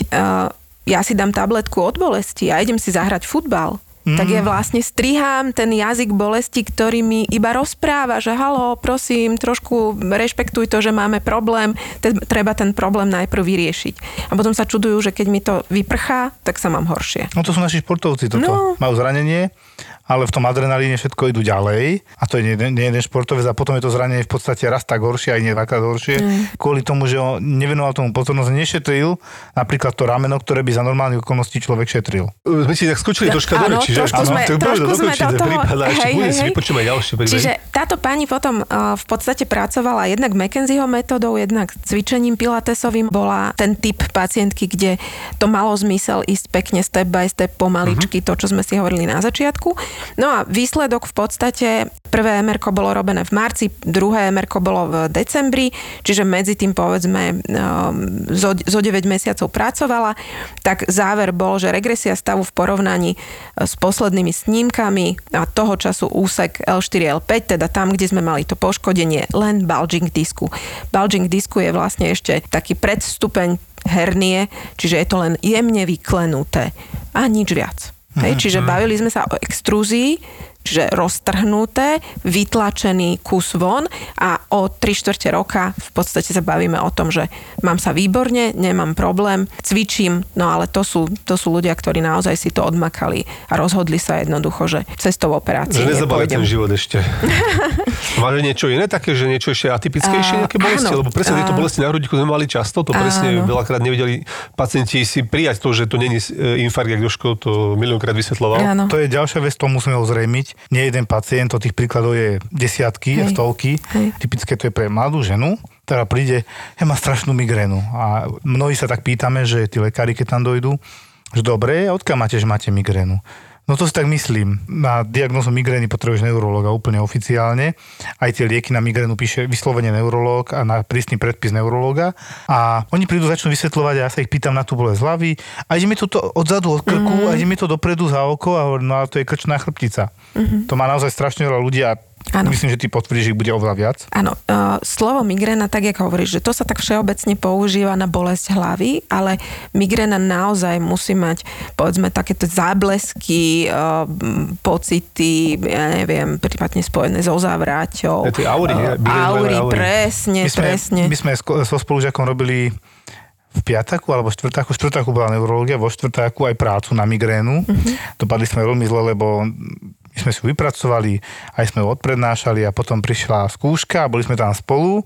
ja si dám tabletku od bolesti a idem si zahrať futbal, tak ja vlastne strihám ten jazyk bolesti, ktorý mi iba rozpráva, že haló, prosím, trošku rešpektuj to, že máme problém, treba ten problém najprv vyriešiť. A potom sa čudujú, že keď mi to vyprchá, tak sa mám horšie. No to sú naši športovci, toto. No. Majú zranenie, ale v tom adrenalíne všetko idú ďalej a to je nie jeden športovec a potom je to zranenie v podstate raz tak horšie, aj nie dvakrát horšie, kvôli tomu, že on nevenoval tomu pozornosť, nešetril napríklad to rameno, ktoré by za normálnych okolností človek šetril. My si tak skočili troška dole, čiže trošku sme do toho... Čiže táto pani potom v podstate pracovala jednak McKenzieho metodou, jednak cvičením pilatesovým. Bola ten typ pacientky, kde to malo zmysel ísť pekne step by step pomaličky, to, čo sme si hovorili na začiatku. No a výsledok v podstate, prvé MR-ko bolo robené v marci, druhé MR-ko bolo v decembri, čiže medzi tým povedzme zo 9 mesiacov pracovala, tak záver bol, že regresia stavu v porovnaní s poslednými snímkami a toho času úsek L4, L5, teda tam, kde sme mali to poškodenie, len bulging disku. Bulging disku je vlastne ešte taký predstupeň hernie, čiže je to len jemne vyklenuté a nič viac. Hej, čiže bavili sme sa o extrúzii, čiže roztrhnuté, vytlačený kus von a o 3/4 roka v podstate sa bavíme o tom, že mám sa výborne, nemám problém, cvičím, no ale to sú ľudia, ktorí naozaj si to odmakali a rozhodli sa jednoducho, že cestou operácie nezabaví nepôjdem. ten život ešte. Máš niečo iné také, že niečo ešte atypickejšie, nejaké bolesti? Lebo presne tieto bolesti na hrudíku sme mali často, to presne veľakrát nevedeli pacienti si prijať to, že to není infarkt, jak Jožko to miliónkrát vysvetloval. Áno. To je ďalšia vec, to musíme ozrejmiť. Nie jeden pacient, tých príkladov je desiatky a stovky. Typické to je pre mladú ženu, ktorá príde, ja mám strašnú migrénu. A mnohí sa tak pýtame, že tí lekári, keď tam dojdú, že dobre, odkiaľ máte, že máte migrénu? No to si tak myslím. Na diagnózu migrény potrebuješ neurológa úplne oficiálne. Aj tie lieky na migrénu píše vyslovene neurológ a na prísny predpis neurológa. A oni prídu, začnú vysvetľovať a ja sa ich pýtam na tú bolesť hlavy. A ide mi to odzadu od krku a ide mi to dopredu za oko a hovorím, no ale to je krčná chrbtica. To má naozaj strašne veľa ľudí a myslím, že ty potvrdíš, že ich bude oveľa viac. Áno, slovo migréna, tak jak hovoríš, že to sa tak všeobecne používa na bolesť hlavy, ale migréna naozaj musí mať, povedzme, takéto záblesky, pocity, ja neviem, prípadne spojené so závraťou. To je aury, aury, presne. My sme so spolužiakom robili v piataku alebo štvrtáku bola neurológia, vo štvrtáku aj prácu na migrénu. Dopadli sme veľmi zle, lebo my sme si ju vypracovali, aj sme ju odprednášali a potom prišla skúška a boli sme tam spolu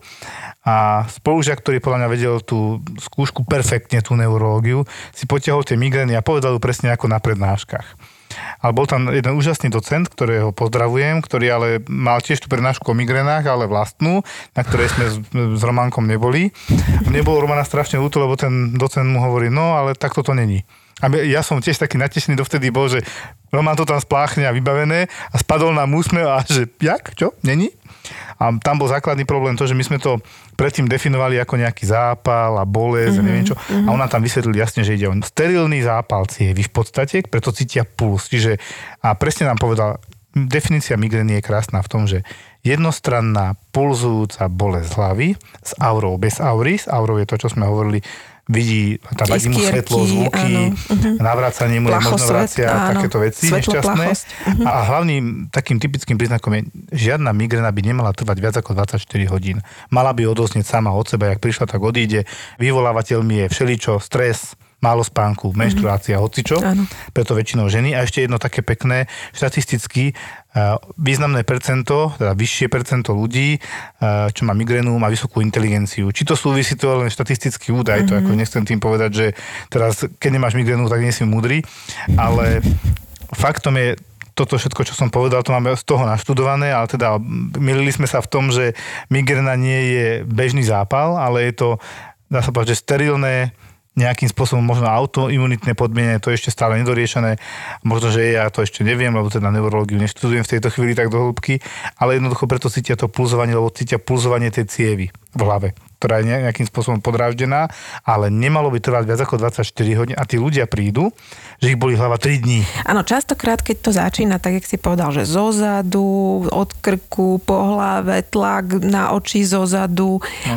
a spolužiak, ktorý podľa mňa vedel tú skúšku perfektne, tú neurológiu, si potiahol tie migrény a povedal ju presne ako na prednáškach. Ale bol tam jeden úžasný docent, ktorého pozdravujem, ktorý ale mal tiež tú prednášku o migrénách, ale vlastnú, na ktorej sme s Románkom neboli. A mne bolo Romana strašne ľúto, lebo ten docent mu hovorí, no ale takto to není. A ja som tiež taký natešený dovtedy bol, že Roman to tam spláchne a vybavené a spadol nám úsmev a že jak? Čo? Není? A tam bol základný problém to, že my sme to predtým definovali ako nejaký zápal a bolesť a neviem čo. A ona tam vysvetlila jasne, že ide o sterilný zápal cievy v podstate, preto cítia puls. Čiže, a presne nám povedal, definícia migrény je krásna v tom, že jednostranná pulzujúca bolesť hlavy s aurou, bez aury. S aurou je to, čo sme hovorili, vidí, tam vadí mu svetlo, zvuky, navracanie mu je možno vracia, takéto veci nešťastné. A hlavným takým typickým príznakom je, žiadna migréna by nemala trvať viac ako 24 hodín. Mala by odoznieť sama od seba, jak prišla, tak odíde. Vyvolávateľmi je všeličo, stres, málo spánku, menštruácia, hocičo, preto väčšinou ženy. A ešte jedno také pekné, štatisticky významné percento, teda vyššie percento ľudí, čo má migrénu, má vysokú inteligenciu. Či to súvisí, to len štatistický údaj, to ako nechcem tým povedať, že teraz, keď nemáš migrénu, tak nie si múdry, ale faktom je, toto všetko, čo som povedal, to máme z toho naštudované, ale teda mýlili sme sa v tom, že migréna nie je bežný zápal, ale je to, dá sa povedať, že sterilné, nejakým spôsobom možno autoimunitné podmienenie, to je ešte stále nedoriešené. Možno, že ja to ešte neviem, lebo teda neurológiu neštudujem v tejto chvíli tak do hĺbky, ale jednoducho preto cítia to pulzovanie, lebo cítia pulzovanie tej cievy v hlave, ktorá je nejakým spôsobom podráždená, ale nemalo by trvať viac ako 24 hodín a tí ľudia prídu, že ich boli hlava 3 dní. Áno, častokrát, keď to začína, tak jak si povedal, že zozadu, od krku, po hlave, tlak na oči zozadu,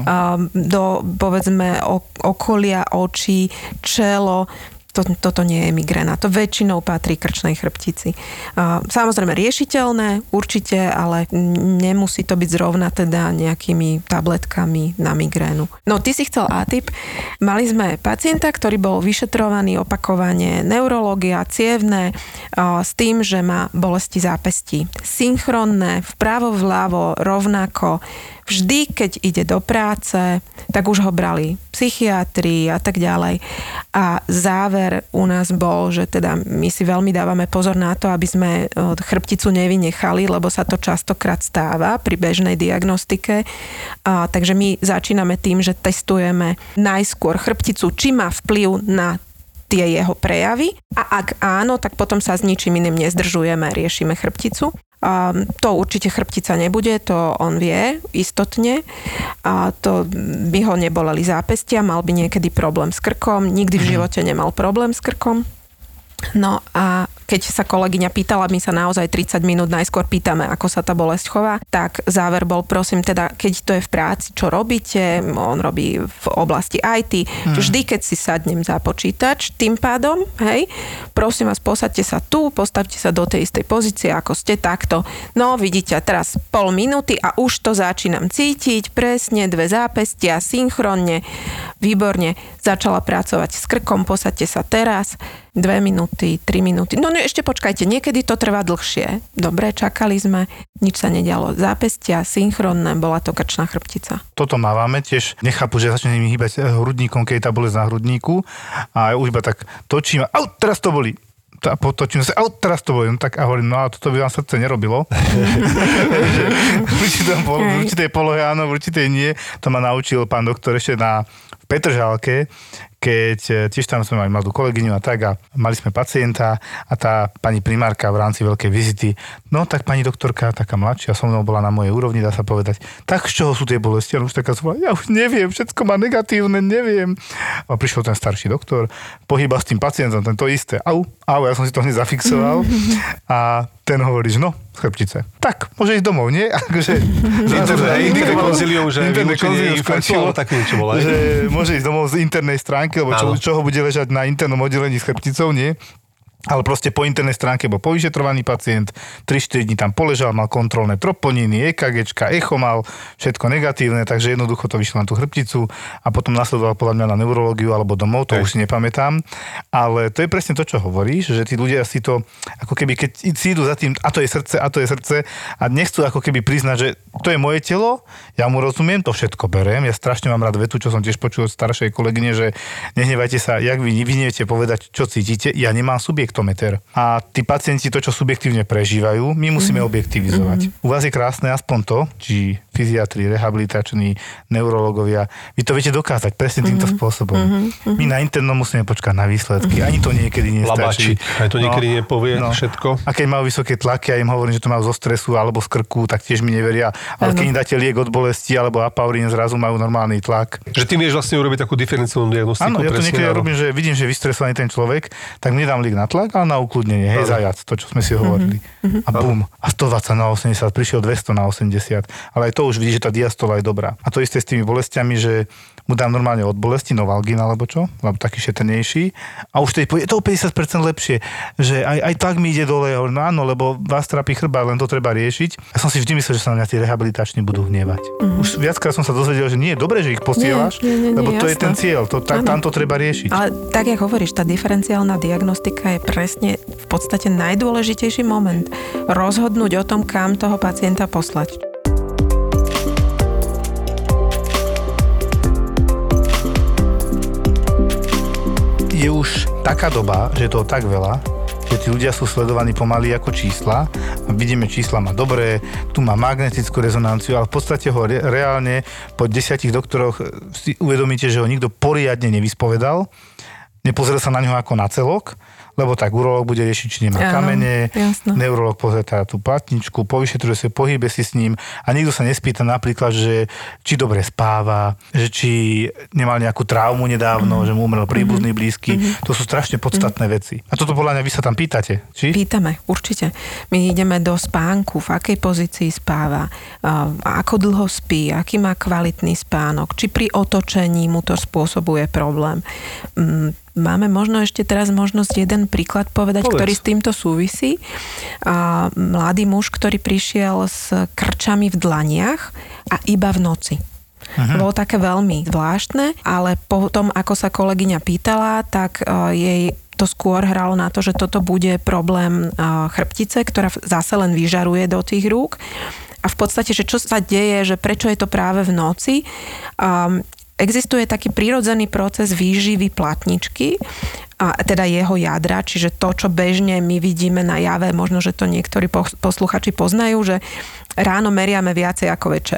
do, povedzme, okolia očí, čelo. Toto nie je migréna. To väčšinou patrí krčnej chrbtici. Samozrejme riešiteľné, určite, ale nemusí to byť zrovna teda nejakými tabletkami na migrénu. No, ty si chcel atyp. Mali sme pacienta, ktorý bol vyšetrovaný opakovane neurológia, cievne, s tým, že má bolesti zápestí. Synchronné, vpravo, vľavo, rovnako. Vždy, keď ide do práce, tak už ho brali psychiatri a tak ďalej. A záver u nás bol, že teda my si veľmi dávame pozor na to, aby sme chrbticu nevynechali, lebo sa to častokrát stáva pri bežnej diagnostike. Takže my začíname tým, že testujeme najskôr chrbticu, či má vplyv na tie jeho prejavy. A ak áno, tak potom sa s ničím iným nezdržujeme, riešime chrbticu. To určite chrbtica nebude, to on vie, istotne. To by ho neboleli zápestia, mal by niekedy problém s krkom, nikdy v živote nemal problém s krkom. No a keď sa kolegyňa pýtala, my sa naozaj 30 minút najskôr pýtame, ako sa tá bolesť chová, tak záver bol, prosím, teda, keď to je v práci, čo robíte? On robí v oblasti IT. Vždy, keď si sadnem za počítač, tým pádom, hej, prosím vás, posaďte sa tu, postavte sa do tej istej pozície, ako ste takto. No, vidíte, teraz pol minúty a už to začínam cítiť, presne, 2 zápestia, synchronne, výborne. Začala pracovať s krkom, posaďte sa teraz, 2 minúty, 3 minúty. No ešte počkajte, niekedy to trvá dlhšie. Dobre, čakali sme, nič sa nedialo. Zápestia, synchronné, bola to krčná chrbtica. Toto mávame, tiež nechápu, že začne mi hýbať hrudníkom, keď je tá bolesť na hrudníku a už iba tak točím a teraz to bolí. A potočím sa, teraz to bolí. No tak a hovorím, no a toto by vám srdce nerobilo. V určitej polohe áno, v určitej nie. To ma naučil pán doktor ešte v Petržalke, keď tiež tam sme mali mladú kolegyňu a tak a mali sme pacienta a tá pani primárka v rámci veľkej vizity, no tak pani doktorka, taká mladšia, so mnou bola na mojej úrovni, dá sa povedať, tak z čoho sú tie bolesti? A už taká zvolá, ja už neviem, všetko má negatívne, neviem. A prišiel ten starší doktor, pohýbal s tým pacientom, ten to isté, ja som si to hneď zafixoval a ten hovorí, že no, z chrbtice. Tak, môže ísť domov, nie? Akože, interné konzílium, že vylúčenie infarktu, ale tak niečo bolo. Že môže ísť domov z internej stránky, lebo čo ho bude ležať na internom oddelení s chrbticou, nie? Ale proste po internej stránke bol povyšetrovaný pacient, 3-4 dní tam poležal, mal kontrolné troponiny, EKGčka, echo mal, všetko negatívne, takže jednoducho to vyšlo na tú chrbticu a potom nasledoval podľa mňa na neurológiu alebo domov, to už si nepamätám. Ale to je presne to, čo hovoríš, že tí ľudia si to, ako keby keď si idú za tým, a to je srdce a nechcú ako keby priznať, že to je moje telo, ja mu rozumiem, to všetko beriem, ja strašne mám rád vetu, čo som tiež počul od staršej kolegyne, že nehnevajte sa, jak vy neviete povedať, čo cítite, ja nemám subjektometer. A tí pacienti to, čo subjektívne prežívajú, my musíme objektivizovať. U vás je krásne aspoň to, či fyziatri, rehabilitační, neurologovia, vy to viete dokázať presne týmto spôsobom. My na internom musíme počkať na výsledky, ani to niekedy nestačí. Aj to niekedy nepovie všetko. A keď majú vysoké tlaky, ja im hovorím, že to majú zo stresu alebo z krku, tak tiež mi neveria. Ale keď im dáte liek od bolesti alebo apaurín, zrazu majú normálny tlak. Že ty vieš vlastne urobiť takú diferenciálnu diagnostiku. Áno, ja to niekedy robím, že vidím, že je vystresovaný ten človek, tak mne dám liek na tlak a na ukludnenie, hej, zajac, to, čo sme si hovorili. A bum, a 120 na 80, prišiel 200 na 80, ale aj to už vidí, že tá diastola je dobrá. A to isté s tými bolestiami, že mu dám normálne od bolesti Novalgin alebo čo, alebo taký šetrnejší a už je to o 50% lepšie, že aj tak mi ide dole, no áno, lebo vás trápi chrbát, len to treba riešiť. Ja som si vždy myslel, že sa na mňa tí rehabilitační budú hnevať. Už viackrát som sa dozvedel, že nie je dobré, že ich posielaš, lebo to je ten cieľ, tam to treba riešiť. Ale tak, jak hovoríš, tá diferenciálna diagnostika je presne v podstate najdôležitejší moment. Rozhodnúť o tom, kam toho pacienta poslať. Je už taká doba, že je toho tak veľa, že tí ľudia sú sledovaní pomaly ako čísla. Vidíme, čísla má dobré, tu má magnetickú rezonanciu, ale v podstate ho reálne po 10 doktoroch si uvedomíte, že ho nikto poriadne nevyspovedal, nepozrel sa na ňo ako na celok, lebo tak urológ bude riešiť, či nemá kamene, neurológ pozerá tú platničku, povyšetruje sa, pohybe si s ním a nikto sa nespýta napríklad, že či dobre spáva, že či nemal nejakú traumu nedávno, že mu umrel príbuzný blízky. To sú strašne podstatné veci. A toto podľa mňa vy sa tam pýtate, či? Pýtame, určite. My ideme do spánku, v akej pozícii spáva, ako dlho spí, aký má kvalitný spánok, či pri otočení mu to spôsobuje problém. Máme možno ešte teraz možnosť jeden príklad povedať, ktorý s týmto súvisí. Mladý muž, ktorý prišiel s krčami v dlaniach a iba v noci. Bolo také veľmi zvláštne, ale potom, ako sa kolegyňa pýtala, tak jej to skôr hralo na to, že toto bude problém chrbtice, ktorá zase len vyžaruje do tých rúk. A v podstate, že čo sa deje, že prečo je to práve v noci, existuje taký prirodzený proces výživy platničky, a teda jeho jadra, čiže to, čo bežne my vidíme na jave, možno, že to niektorí posluchači poznajú, že ráno meriame viacej ako večer.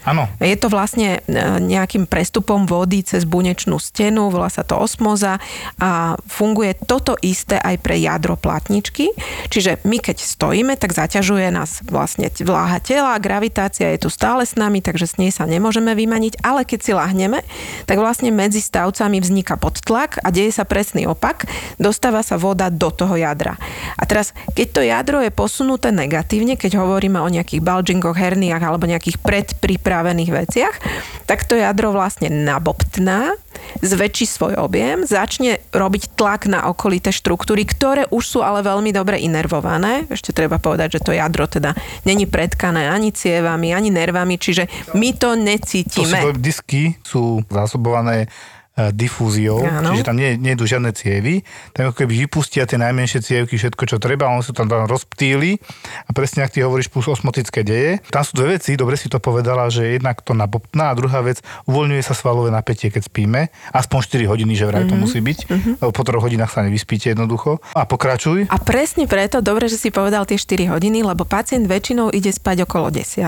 Áno. Je to vlastne nejakým prestupom vody cez bunečnú stenu, volá sa to osmoza a funguje toto isté aj pre jadro platničky. Čiže my keď stojíme, tak zaťažuje nás vlastne vláha tela, gravitácia je tu stále s nami, takže s nej sa nemôžeme vymaniť, ale keď si lahneme, tak vlastne medzi stavcami vzniká podtlak a deje sa presný opak, dostáva sa voda do toho jadra. A teraz, keď to jadro je posunuté negatívne, keď hovoríme o nejakých bulgingoch, herniách alebo nejakých predpripravených veciach, tak to jadro vlastne nabobtná, zväčší svoj objem, začne robiť tlak na okolité štruktúry, ktoré už sú ale veľmi dobre inervované. Ešte treba povedať, že to jadro teda není pretkané ani cievami, ani nervami, čiže my to necítime. Disky sú zásobované difúziou, čiže tam nie idú žiadne cievy, tam ako keby vypustia tie najmenšie cievky, všetko, čo treba, on sa tam rozptýli a presne, ak ty hovoríš, plus osmotické deje. Tam sú dve veci, dobre si to povedala, že jednak to nabobtná a druhá vec, uvoľňuje sa svalové napätie, keď spíme, aspoň 4 hodiny, že vraj to musí byť, lebo po 3 hodinách sa nevyspíte jednoducho. A pokračuj. A presne preto, dobre, že si povedal tie 4 hodiny, lebo pacient väčšinou ide spať okolo 10.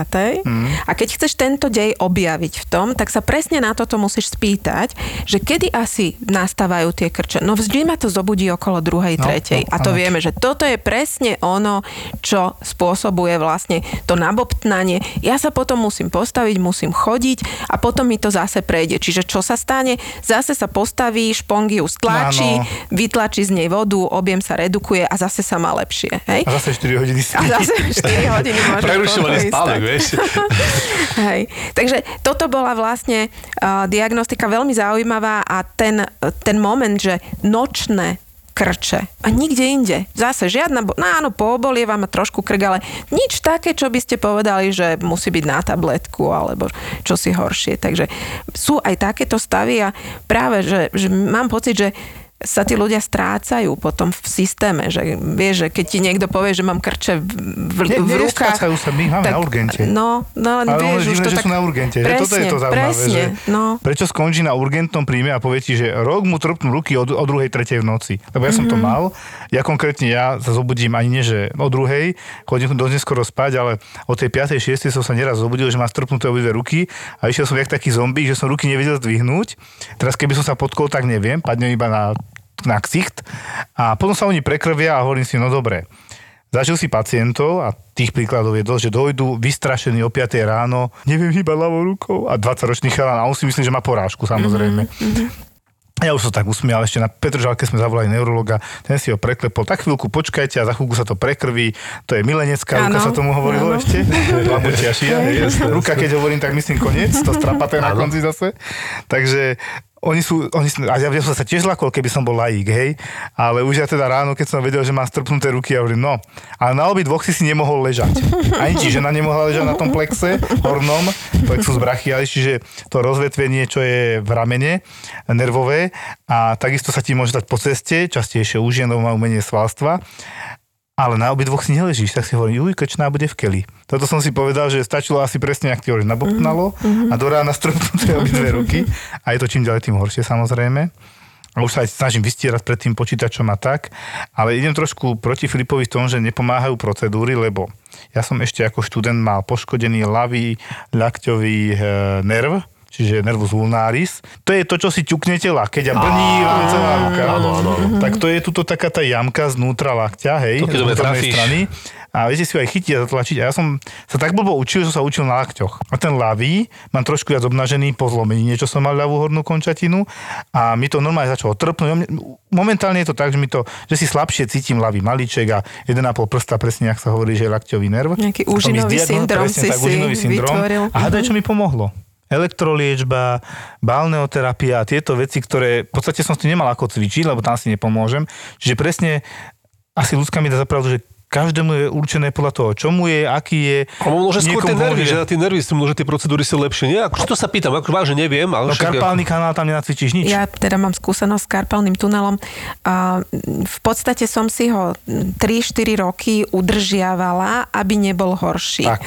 A keď chceš tento dej objaviť v tom, tak sa presne na toto musíš spýtať, že kedy asi nastávajú tie krče? No vždy ma to zobudí okolo 2., 3. A to vieme, že toto je presne ono, čo spôsobuje vlastne to nabobtnanie. Ja sa potom musím postaviť, musím chodiť a potom mi to zase prejde. Čiže čo sa stane? Zase sa postaví, špongy ju stlačí, vytlačí z nej vodu, objem sa redukuje a zase sa má lepšie. Hej? A zase 4 hodiny spí. A zase 4 hodiny môže prerušovaný spánok, vieš. Hej. Takže toto bola vlastne diagnostika veľmi zaujímavá a ten moment, že nočné krče a nikde inde. Zase žiadna, áno, poobolieva ma trošku krk, ale nič také, čo by ste povedali, že musí byť na tabletku alebo čosi horšie. Takže sú aj takéto stavy a práve, že mám pocit, že sa tí ľudia strácajú potom v systéme, že vieš, že keď ti niekto povie, že mám krče v rukách. Nestrácajú sa, my máme tak, na urgente. No ale vieš, už to že tak... sú na urgente. Presne, toto je to zaujímavé, že prečo skončí na urgentnom príjme a povie ti, že rok mu trpnú ruky o 2:00, 3:00 v noci. Lebo ja som to mal. Ja konkrétne, sa zobudím ani nie, že o 2:00, chodím dosť neskoro spať, ale o tej 5:00, 6:00 som sa neraz zobudil, že mám strpnuté obidve ruky a išiel som jak taký zombík, že som ruky nevedel zdvihnúť. Teraz keby som sa potkol, tak neviem, padnem iba na ksicht a potom sa oni prekrvia a hovorím si, no dobre, zažil si pacientov a tých príkladov je dosť, že dojdú vystrašení o 5:00 ráno, neviem hýbať ľavou rukou a 20-ročný chalán a on si myslí, že má porážku, samozrejme. Ja už som tak usmial, ešte na Petržalke sme zavolali neurologa, ten si ho preklepol, tak chvíľku počkajte a za chvíľku sa to prekrví, to je milenecká ruka, sa tomu hovorilo ešte, labutia šia, ruka, keď hovorím, tak myslím koniec, to strapaté na konci zase, takže oni sú, a ja som sa tiež zlakol, keby som bol laik, hej, ale už ja teda ráno, keď som vedel, že mám strpnuté ruky, ja hovorím, no, ale na obidvoch si nemohol ležať. Ani ti žena nemohla ležať na tom plexe hornom, plexus brachialis, čiže to rozvetvenie, čo je v ramene, nervové, a takisto sa ti môže dať po ceste, častejšie u žien, lebo majú menej svalstva. Ale na obidvoch si neležíš, tak si hovorím, krčná bude v keli. Toto som si povedal, že stačilo asi presne, ak ti hovoríš, nabobtnalo a do rána strpnuté obidve ruky. A je to čím ďalej tým horšie, samozrejme. A už sa aj snažím vystierať pred tým počítačom a tak. Ale idem trošku proti Filipovi v tom, že nepomáhajú procedúry, lebo ja som ešte ako študent mal poškodený ľavý ľakťový nerv, čiže nervus vulnaris. To je to, čo si ťuknete ľakťa a brní celá ruka. Áno. Tak to je tuto taká tá jamka znútra lakťa, hej, z vnútornej strany. A viete si ju aj chytiť a zatlačiť. A ja som sa tak blbo učil, že som sa učil na lakťoch. A ten ľavý mám trošku viac obnažený po zlomení, čo som mal ľavú hornú končatinu a mi to normálne začalo trpnúť. Momentálne je to tak, že si slabšie cítim ľavý malíček a 1,5 prsta, presne, ak sa hovorí, že je lakťový nerv. Nejaký úžinový syndrom si vytvoril. A hádaj, čo mi pomohlo. Elektroliečba, balneoterapia a tieto veci, ktoré v podstate som s tým nemal ako cvičiť, lebo tam si nepomôžem. Čiže presne asi ľudská mi dá zapravdu, že každému je určené podľa toho, čo mu je, aký je. A môže skôr tie nervy, že na tie nervy môže tie procedúry sú lepšie. Nie? Akože to sa pýtam, akože vážne neviem. Ale no karpálny kanál tam nenacvičíš nič. Ja teda mám skúsenosť s karpálnym tunelom. A v podstate som si ho 3-4 roky udržiavala, aby nebol horší. Tak.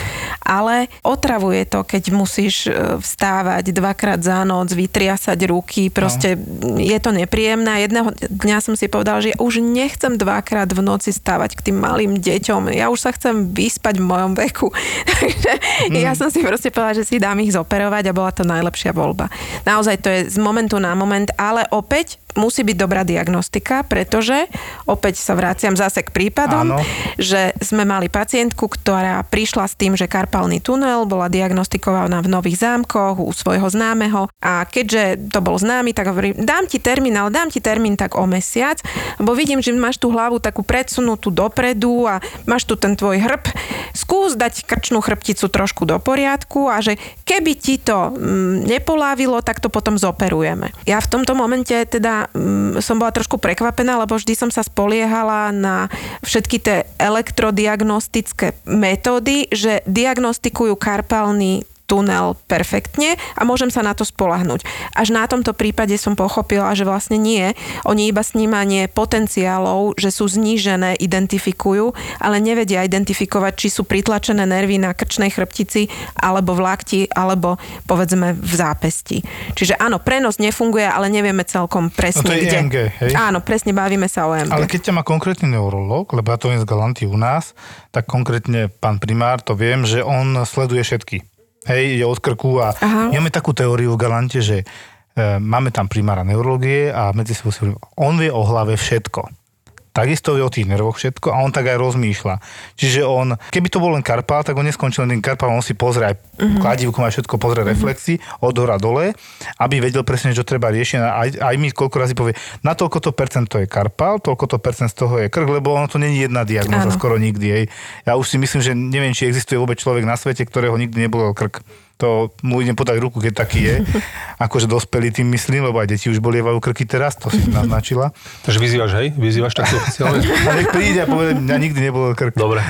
ale otravuje to, keď musíš vstávať 2-krát za noc, vytriasať ruky, proste je to nepríjemné. Jedného dňa som si povedala, že ja už nechcem 2-krát v noci stávať k tým malým deťom. Ja už sa chcem vyspať v mojom veku. Takže ja som si proste povedala, že si dám ich zoperovať a bola to najlepšia voľba. Naozaj to je z momentu na moment, ale opäť musí byť dobrá diagnostika, pretože opäť sa vraciam zase k prípadom, že sme mali pacientku, ktorá prišla s tým, že karpálny tunel, bola diagnostikovaná v Nových Zámkoch u svojho známeho a keďže to bol známy, tak hovorím, dám ti termín tak o mesiac, lebo vidím, že máš tú hlavu takú predsunutú dopredu a máš tu ten tvoj hrb. Skús dať krčnú chrbticu trošku do poriadku a že keby ti to nepolávilo, tak to potom zoperujeme. Ja v tomto momente teda som bola trošku prekvapená, lebo vždy som sa spoliehala na všetky tie elektrodiagnostické metódy, že diagnostikujú karpálny tunel perfektne a môžem sa na to spoľahnúť. Až na tomto prípade som pochopila, že vlastne nie. Oni iba snímanie potenciálov, že sú znížené, identifikujú, ale nevedia identifikovať, či sú pritlačené nervy na krčnej chrbtici, alebo v lakti, alebo povedzme v zápesti. Čiže áno, prenos nefunguje, ale nevieme celkom presne, to je kde. EMG, hej? Áno, presne bavíme sa o EMG. Ale keď ťa má konkrétny neurolog, lebo ja to viem z Galanty u nás, tak konkrétne pán primár, to viem, že on sleduje všetky. Hej, ide od krku a máme takú teóriu v Galante, že máme tam primára neurológie a medzi sebou si on vie o hlave všetko. Takisto vie o tých nervoch všetko a on tak aj rozmýšľa. Čiže on, keby to bol len karpál, tak on neskončil len ten karpál, on si pozrie aj kladívku, má všetko, pozrie reflexy od hora dole, aby vedel presne, čo treba riešiť. Aj mi koľko razy povie, na toľko to percent to je karpál, toľko to percent z toho je krk, lebo ono to nie je jedna diagnóza skoro nikdy. Hej. Ja už si myslím, že neviem, či existuje vôbec človek na svete, ktorého nikdy nebolel krk. To mu idem podať ruku, keď taký je. Akože dospelí tým myslím, lebo aj deti už bolievajú krky teraz, to si naznačila. Takže vyzývaš, hej? Vyzývaš takto oficiálne? A nech príde a povie, mňa nikdy nebolel krk. Dobre.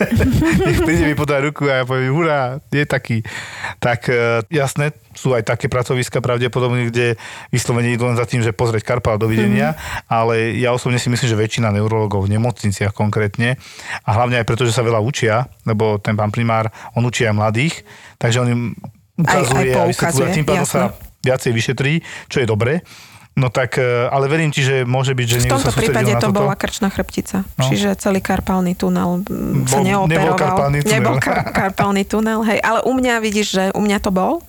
Nech príde mi podať ruku a ja poviem, hurá, je taký. Tak jasné, sú aj také pracoviska pravdepodobne, kde vyslovene idú len za tým, že pozrieť karpál, dovidenia, ale ja osobne si myslím, že väčšina neurologov v nemocniciach konkrétne a hlavne aj preto, že sa veľa učia, lebo ten pán primár, on učí aj mladých, takže on im ukazuje a vysvetľuje, tým pádom sa viacej vyšetrí, čo je dobré. No tak, ale verím ti, že môže byť, že niekto sa sústredil na toto. V tomto prípade to bola krčná chrbtica. Čiže celý karpálny tunel sa neoperoval. Nebol karpálny tunel, hej. Ale u mňa vidíš, že u mňa to bol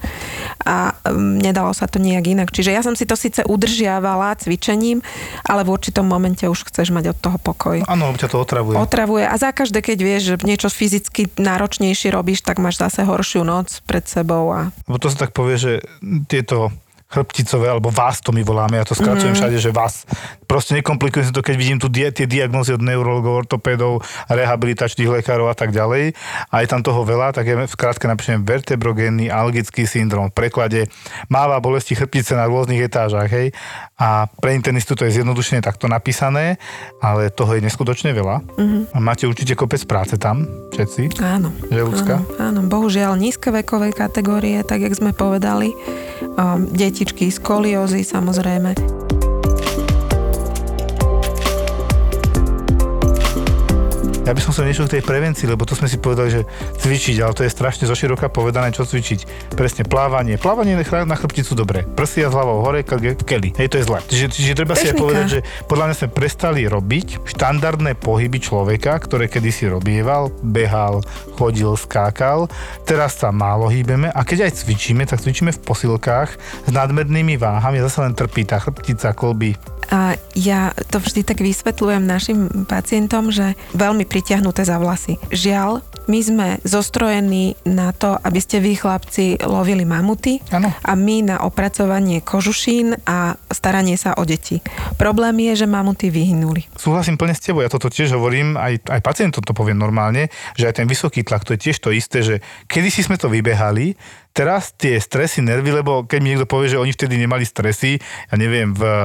a nedalo sa to nejak inak. Čiže ja som si to síce udržiavala cvičením, ale v určitom momente už chceš mať od toho pokoj. Áno, ťa to otravuje. Otravuje a za každé, keď vieš, že niečo fyzicky náročnejšie robíš, tak máš zase horšiu noc pred sebou. Lebo to sa tak povie, že tieto chrbticové, alebo vás to my voláme, ja to skracujem všade, že vás. Proste nekomplikujem si to, keď vidím tu tie diagnózy od neurologov, ortopédov, rehabilitačných lekárov a tak ďalej. A je tam toho veľa, tak ja v krátke napíšem vertebrogénny algický syndrom. V preklade máva bolesti chrbtice na rôznych etážach, hej. A pre internistu to je zjednodušene takto napísané, ale toho je neskutočne veľa. A máte určite kopec práce tam, všetci. Áno. Že ľudská? Áno, bohužiaľ nízke vekové kategórie, tak jak sme povedali, detičky, skoliózy samozrejme. Ja by som sa nešiel k tej prevencii, lebo to sme si povedali, že cvičiť, ale to je strašne zoširoka povedané, čo cvičiť. Presne plávanie. Plávanie na chrbticu dobre. Prsia s hlavou hore, v keli. Hej, to je zle. Čiže treba si aj povedať, že podľa mňa sme prestali robiť štandardné pohyby človeka, ktoré kedysi robieval, behal, chodil, skákal. Teraz sa málo hýbeme a keď aj cvičíme, tak cvičíme v posilkách s nadmernými váhami, zase len trpí tá chrbtica, kolby. A ja to vždy tak vysvetľujem našim pacientom, že veľmi pritiahnuté za vlasy. Žiaľ, my sme zostrojení na to, aby ste vy, chlapci, lovili mamuty. Ano. A my na opracovanie kožušín a staranie sa o deti. Problém je, že mamuty vyhynuli. Súhlasím plne s tebou, ja toto tiež hovorím, aj pacientom to poviem normálne, že aj ten vysoký tlak, to je tiež to isté, že kedysi sme to vybehali, teraz tie stresy, nervy, lebo keď mi niekto povie, že oni vtedy nemali stresy, ja neviem, v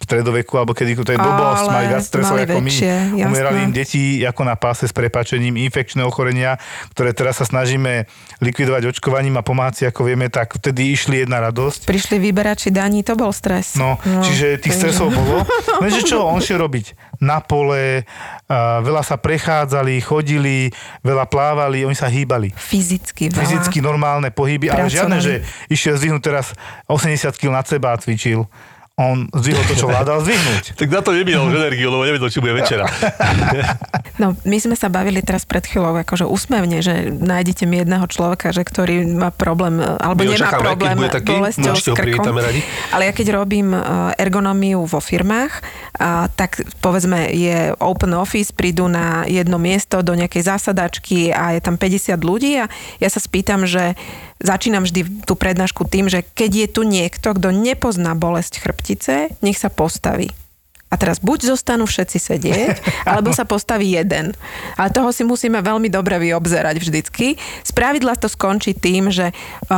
stredoveku, alebo kedy to je blbosť, mali viac stresov ako my. Jasné. Umierali im deti ako na páse s prepáčením, infekčné ochorenia, ktoré teraz sa snažíme likvidovať očkovaním a pomáhať si, ako vieme, tak vtedy išli jedna radosť. Prišli vyberači daní, to bol stres. No, čiže tých stresov bolo. Lenže čo, on šiel robiť na pole, veľa sa prechádzali, chodili, veľa plávali, oni sa hýbali. Fyzicky veľa. Fyzicky normálne pohyby, ale žiadne, že išiel zdvihnúť teraz 80 kg nad seba a cvičil. On zdvihol to, čo vládal zdvihnúť. Tak na to nebýval už energiu, lebo nevedel, či bude večera. No, my sme sa bavili teraz pred chvíľou, akože úsmevne, že nájdete mi jedného človeka, že ktorý má problém, alebo nemá problém bolesťou s krkom. Ale ja keď robím ergonómiu vo firmách, tak povedzme je open office, prídu na jedno miesto do nejakej zasadačky a je tam 50 ľudí a ja sa spýtam, že začínam vždy tú prednášku tým, že keď je tu niekto, kto nepozná bolesť chrbtice, nech sa postaví. A teraz buď zostanú všetci sedieť, alebo sa postaví jeden. Ale toho si musíme veľmi dobre vyobzerať vždycky. Spravidla to skončí tým, že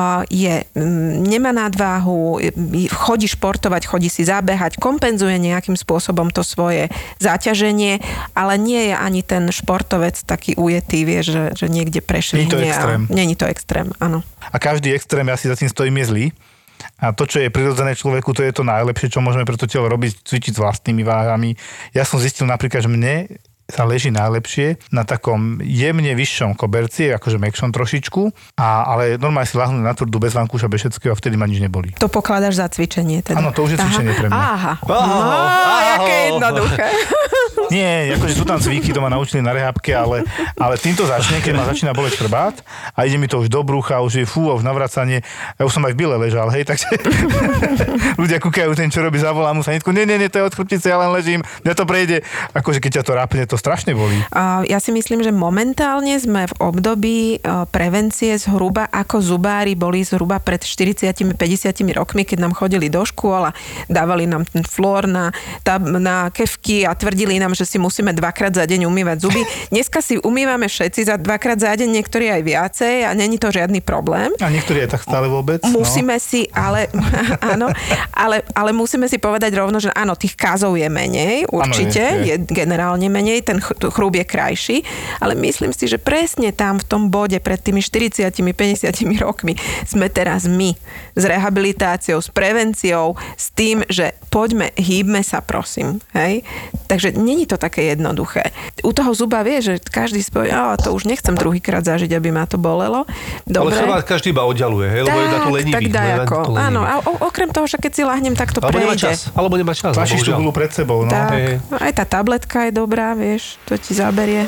nemá nadváhu, chodí športovať, chodí si zabehať, kompenzuje nejakým spôsobom to svoje zaťaženie, ale nie je ani ten športovec taký ujetý, vie, že niekde prešvihne. Nie je to extrém. Není to extrém, áno. A každý extrém, ja si za tým stojím, je zlý. A to, čo je prirodzené človeku, to je to najlepšie, čo môžeme pre to telo robiť, cvičiť s vlastnými váhami. Ja som zistil napríklad, že mne sa leží najlepšie na takom jemne vyššom koberci, akože mäkšom trošičku, ale normálne si lahnúť na tvrdu bez vankúša, bez všetkého a vtedy ma nič nebolí. To pokladáš za cvičenie teda? Áno, to už je cvičenie pre mňa. Aha. Jaké jednoduché. Nie, akože sú tam cviky, to ma naučili na rehábke, ale týmto začne, keď ma začína boleť chrbát a ide mi to už do brucha, už je už navracanie. Ja už som aj v byle ležal, hej, takže ľudia kúkajú, ten čo robí, zavolá mu sanitku, nie, to je od chrbtice, ja len ležím, mňa to prejde. Akože keď ťa to rápne, to strašne bolí. Ja si myslím, že momentálne sme v období prevencie zhruba ako zubári boli zhruba pred 40-50 rokmi, keď nám chodili do škôl a dávali nám ten flór na kefky a tvrdili nám, že si musíme 2-krát za deň umývať zuby. Dneska si umývame všetci za 2-krát za deň, niektorí aj viacej a není to žiadny problém. A niektorí aj tak stále vôbec. Musíme si, áno, ale musíme si povedať rovno, že áno, tých kázov je menej, určite, je generálne menej, ten chrúb je krajší, ale myslím si, že presne tam v tom bode pred tými 40-50 rokmi sme teraz my s rehabilitáciou, s prevenciou, s tým, že poďme, hýbme sa, prosím, hej? Takže není to také jednoduché. U toho zuba vie, že každý si povie, to už nechcem druhýkrát zažiť, aby ma to bolelo. Dobre. Ale každý iba oddialuje, hej? Lebo je na to lenivý. Tak dajako. Áno, a okrem toho, že keď si lahnem, tak to prejde. Alebo nemá čas. Tlačíš tú gulu pred sebou, no. Tak, aj tá tabletka je dobrá, vieš, to ti zaberie.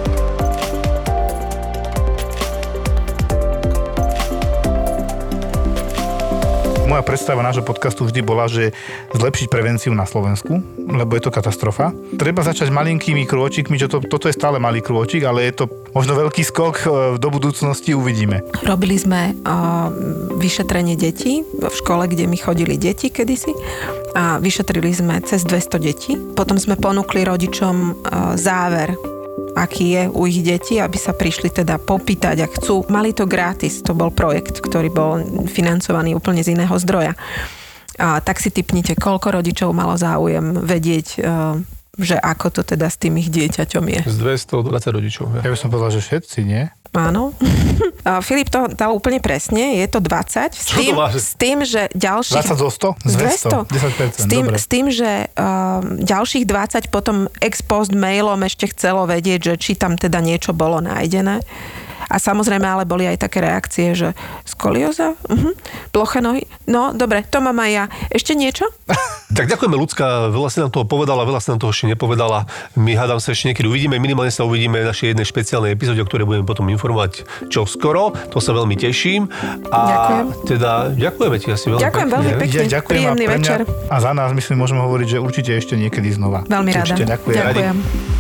Moja predstava nášho podcastu vždy bola, že zlepšiť prevenciu na Slovensku, lebo je to katastrofa. Treba začať malinkými krôčikmi, že toto je stále malý krôčik, ale je to možno veľký skok do budúcnosti, uvidíme. Robili sme vyšetrenie detí v škole, kde mi chodili deti kedysi a vyšetrili sme cez 200 detí. Potom sme ponúkli rodičom záver, aký je u ich detí, aby sa prišli teda popýtať, ak chcú. Mali to gratis, to bol projekt, ktorý bol financovaný úplne z iného zdroja. Tak si tipnite, koľko rodičov malo záujem vedieť, že ako to teda s tým ich dieťaťom je. Z 220 rodičov. Ja by som povedal, že všetci, nie? Áno. Filip to dal úplne presne, je to 20. S tým, že ďalších... 20 zo 100? Z 200? 10%, s tým, že ďalších 20 potom ex post mailom ešte chcelo vedieť, že či tam teda niečo bolo nájdené. A samozrejme, ale boli aj také reakcie, že skolióza? Ploché nohy? No, dobre, to mám aj ja. Ešte niečo? Tak ďakujeme, Ľudská, veľa si nám toho povedala, veľa si nám toho ešte nepovedala. My hádam sa ešte niekedy uvidíme, minimálne sa uvidíme v našej jednej špeciálnej epizóde, o ktorej budeme potom informovať čoskoro. To sa veľmi teším. A ďakujem. Teda ďakujeme ti asi veľmi pekne. Ďakujem veľmi pekne, príjemný večer. A za nás, myslím, môžeme hovoriť, že určite ešte niekedy znova. Veľmi rada. Určite, ďakujem.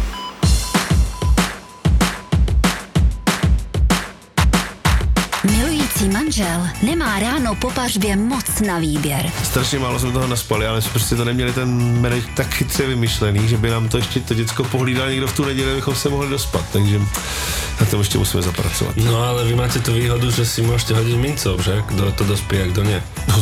Manžel nemá ráno po pařbě moc na výběr. Strašně málo jsme toho naspali, ale prostě to neměli ten menej tak chytře vymyšlený, že by nám to ještě to děcko pohlídal někdo v tu neděli, abychom se mohli dospat. Takže na to ešte musíme zapracovať. No ale vy máte tú výhodu, že si môžete hodiť mincov, že? Kto to dospie a kto nie.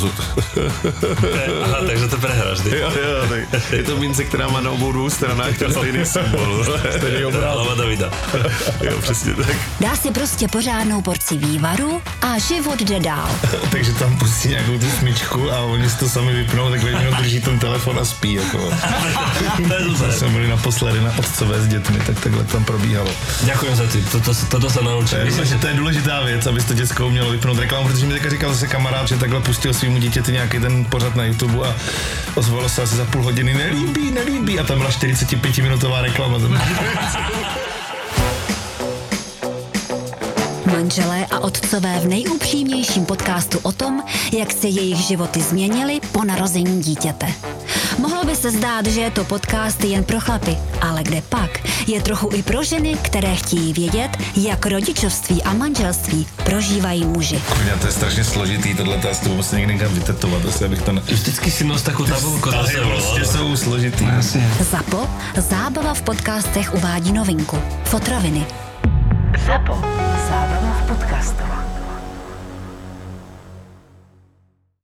Aha, takže to prehráš, ty. Jo, tak je to mince, která má na obou dvou stranách ten stejný symbol. Stejný obraz. Hlava Davida. Jo, přesně tak. Dá si prostě pořádnou porci vývaru a život jde dál. Takže tam pustí nějakou tu smyčku a oni si to sami vypnou, takhle jenom drží ten telefon a spí. Jako. To jsme byli naposledy na otcové s dětmi, tak takhle tam probíhalo. Ďakujem za tým, toto sa naučím. Myslím, že to je důležitá věc, aby to děcko umělo vypnout reklamu, protože mi teďka říkal zase kamarád, že takhle pustil svýmu dítěti nějaký ten pořad na YouTube a ozvalo se asi za půl hodiny, nelíbí a tam byla 45-minutová reklama. Manželé a otcové v nejupřímnějším podcastu o tom, jak se jejich životy změnily po narození dítěte. Mohlo by se zdát, že je to podcast jen pro chlapy, ale kde pak je trochu i pro ženy, které chtějí vědět, jak rodičovství a manželství prožívají muži. Kurňa, to je strašně složitý, tohle já si to vlastně někdy nechám vytetovat, asi abych to... Vždycky si nos takovou tabulku za sebou. Prostě jsou složitý. Zapo, zábava v podcastech uvádí novinku. Fotroviny. Zapo.